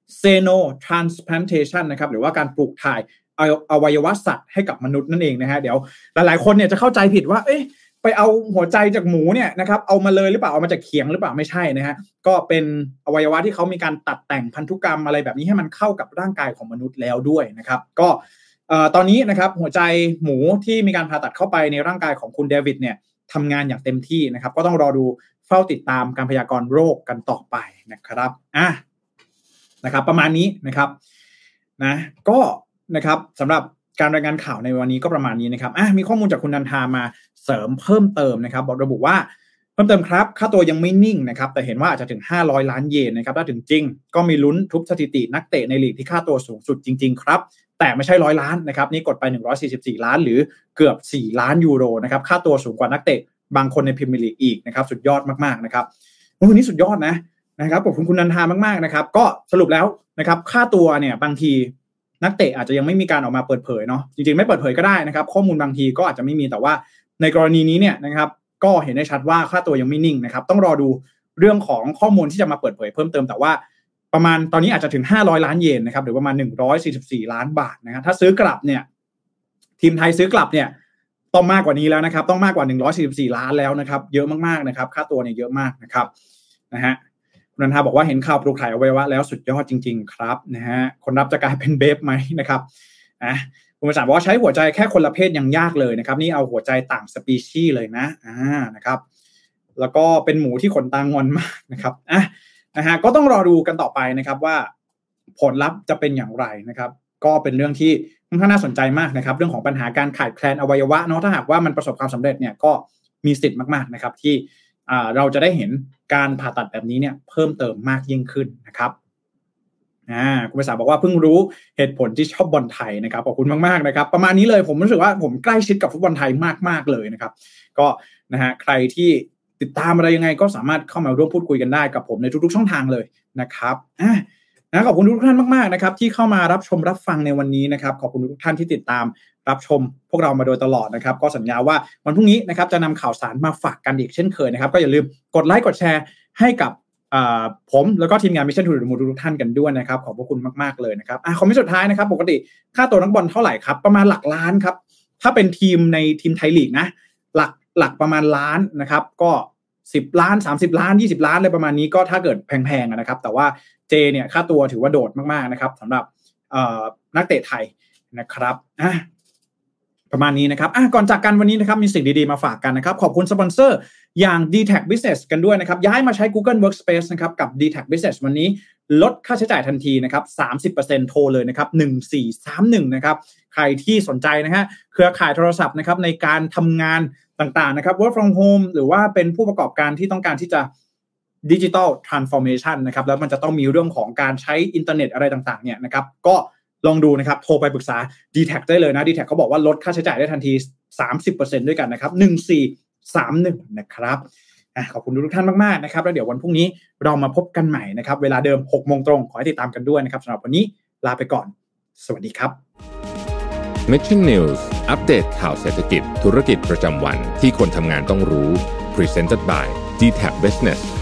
xenotransplantation นะครับหรือว่าการปลูกถ่ายอวัยวะสัตว์ให้กับมนุษย์นั่นเองนะฮะเดี๋ยวหลายๆคนเนี่ยจะเข้าใจผิดว่าเอ๊ะไปเอาหัวใจจากหมูเนี่ยนะครับเอามาเลยหรือเปล่าเอามาจากเขียงหรือเปล่าไม่ใช่นะฮะก็เป็นอวัยวะที่เขามีการตัดแต่งพันธุกรรมอะไรแบบนี้ให้มันเข้ากับร่างกายของมนุษย์แล้วด้วยนะครับก็ตอนนี้นะครับหัวใจหมูที่มีการผ่าตัดเข้าไปในร่างกายของคุณเดวิดเนี่ยทำงานอย่างเต็มที่นะครับก็ต้องรอดูเฝ้าติดตามการพยากรณ์โรคกันต่อไปนะครับนะครับประมาณนี้นะครับนะก็นะครับสำหรับการรายงานข่าวในวันนี้ก็ประมาณนี้นะครับมีข้อมูลจากคุณนันทามาเสริมเพิ่มเติมนะครับบอกระบุว่าเพิ่มเติมครับค่าตัวยังไม่นิ่งนะครับแต่เห็นว่าอาจจะถึง500 ล้านเยนนะครับถ้าถึงจริงก็มีลุ้นทุบสถิตินักเตะในลีกที่ค่าตัวสูงสุดจริงๆครับแต่ไม่ใช่100 ล้านนะครับนี่กดไป144 ล้านหรือเกือบ4 ล้านยูโรนะครับค่าตัวสูงกว่านักเตะบางคนในพรีเมียร์ลีกอีกนะครับสุดยอดมากๆนะครับวันนี้สุดยอดนะครับขอบคุณคุณนันทามากๆนะครับก็สรุปแล้วนะครับค่าตัวเนี่ยบางทีนักเตะอาจจะยังไม่มีการออกมาเปิดเผยเนาะจริงๆไม่เปิดเผยก็ได้นะครับข้อมูลบางทีก็อาจจะไม่มีแต่ว่าในกรณีนี้เนี่ยนะครับก็เห็นได้ชัดว่าค่าตัวยังไม่นิ่งนะครับต้องรอดูเรื่องของข้อมูลที่จะมาเปิดเผยเพิ่มเติมแต่ว่าประมาณตอนนี้อาจจะถึง500 ล้านเยนนะครับหรือประมาณ144 ล้านบาทนะครับถ้าซื้อกลับเนี่ยทีมไทยซื้อกลับเนี่ยต้องมากกว่านี้แล้วนะครับต้องมากกว่า144 ล้านแล้วนะครับเยอะมากๆนะครับค่าตัวเนี่ยเยอะมากนะครับนะฮะคุณนันทาบอกว่าเห็นข่าวปลูกถ่ายอวัยวะแล้วสุดยอดจริงๆครับนะฮะคนรับจะกลายเป็นเบฟไหมนะครับคุณประสานบอกว่าใช้หัวใจแค่คนละเพศยังยากเลยนะครับนี่เอาหัวใจต่างสปีชีส์เลยนะครับแล้วก็เป็นหมูที่ขนตางอนมากนะครับนะฮะก็ต้องรอดูกันต่อไปนะครับว่าผลลัพธ์จะเป็นอย่างไรนะครับก็เป็นเรื่องที่ค่อนข้างน่าสนใจมากนะครับเรื่องของปัญหาการขาดแคลนอวัยวะเนาะถ้าหากว่ามันประสบความสำเร็จเนี่ยก็มีสิทธิ์มากๆนะครับที่เราจะได้เห็นการผ่าตัดแบบนี้เนี่ยเพิ่มเติมมากยิ่งขึ้นนะครับคุณภาษาบอกว่าเพิ่งรู้เหตุผลที่ชอบบอลไทยนะครับขอบคุณมากๆนะครับประมาณนี้เลยผมรู้สึกว่าผมใกล้ชิดกับฟุตบอลไทยมากๆเลยนะครับก็นะฮะใครที่ติดตามอะไรยังไงก็สามารถเข้ามาร่วมพูดคุยกันได้กับผมในทุกๆช่องทางเลยนะครับขอบคุณทุกท่านมากๆนะครับที่เข้ามารับชมรับฟังในวันนี้นะครับขอบคุณทุกท่านที่ติดตามรับชมพวกเรามาโดยตลอดนะครับก็สัญญาว่าวันพรุ่งนี้นะครับจะนำข่าวสารมาฝากกันอีกเช่นเคยนะครับก็อย่าลืมกดไลค์กดแชร์ให้กับผมแล้วก็ทีมงาน Mission to the Moon ทุกท่านกันด้วยนะครับขอบพระคุณมากๆเลยนะครับคอมเมนต์สุดท้ายนะครับปกติค่าตัวนักบอลเท่าไหร่ครับประมาณหลักล้านครับถ้าเป็นทีมในทีมไทยลีกนะหลักประมาณล้านนะครับก็10ล้าน30ล้าน20ล้านอะไรประมาณนี้ก็ถ้าเกิดแพงๆนะครับแต่ว่าเจเนี่ยค่าตัวถือว่าโดดมากๆนะครับสำหรับนักเตะไทยนะครับประมาณนี้นะครับก่อนจากกันวันนี้นะครับมีสิ่งดีๆมาฝากกันนะครับขอบคุณสปอนเซอร์อย่าง DTAC Business กันด้วยนะครับย้ายมาใช้ Google Workspace นะครับกับ DTAC Business วันนี้ลดค่าใช้จ่ายทันทีนะครับ 30% โทรเลยนะครับ1431นะครับใครที่สนใจนะฮะเครือข่ายโทรศัพท์นะครับในการทำงานต่างๆนะครับ work from home หรือว่าเป็นผู้ประกอบการที่ต้องการที่จะ digital transformation นะครับแล้วมันจะต้องมีเรื่องของการใช้อินเทอร์เน็ตอะไรต่างๆเนี่ยนะครับก็ลองดูนะครับโทรไปปรึกษา DTAC ได้เลยนะ DTAC เขาบอกว่าลดค่าใช้จ่ายได้ทันที 30% ด้วยกันนะครับ1431นะครับขอบคุณทุกท่านมากๆนะครับแล้วเดี๋ยววันพรุ่งนี้เรามาพบกันใหม่นะครับเวลาเดิม 6:00 นตรงขอให้ติดตามกันด้วยนะครับสำหรับวันนี้ลาไปก่อนสวัสดีครับ Mission News อัปเดตข่าวเศรษฐกิจธุรกิจประจำวันที่คนทำงานต้องรู้ Presented by DTAC Business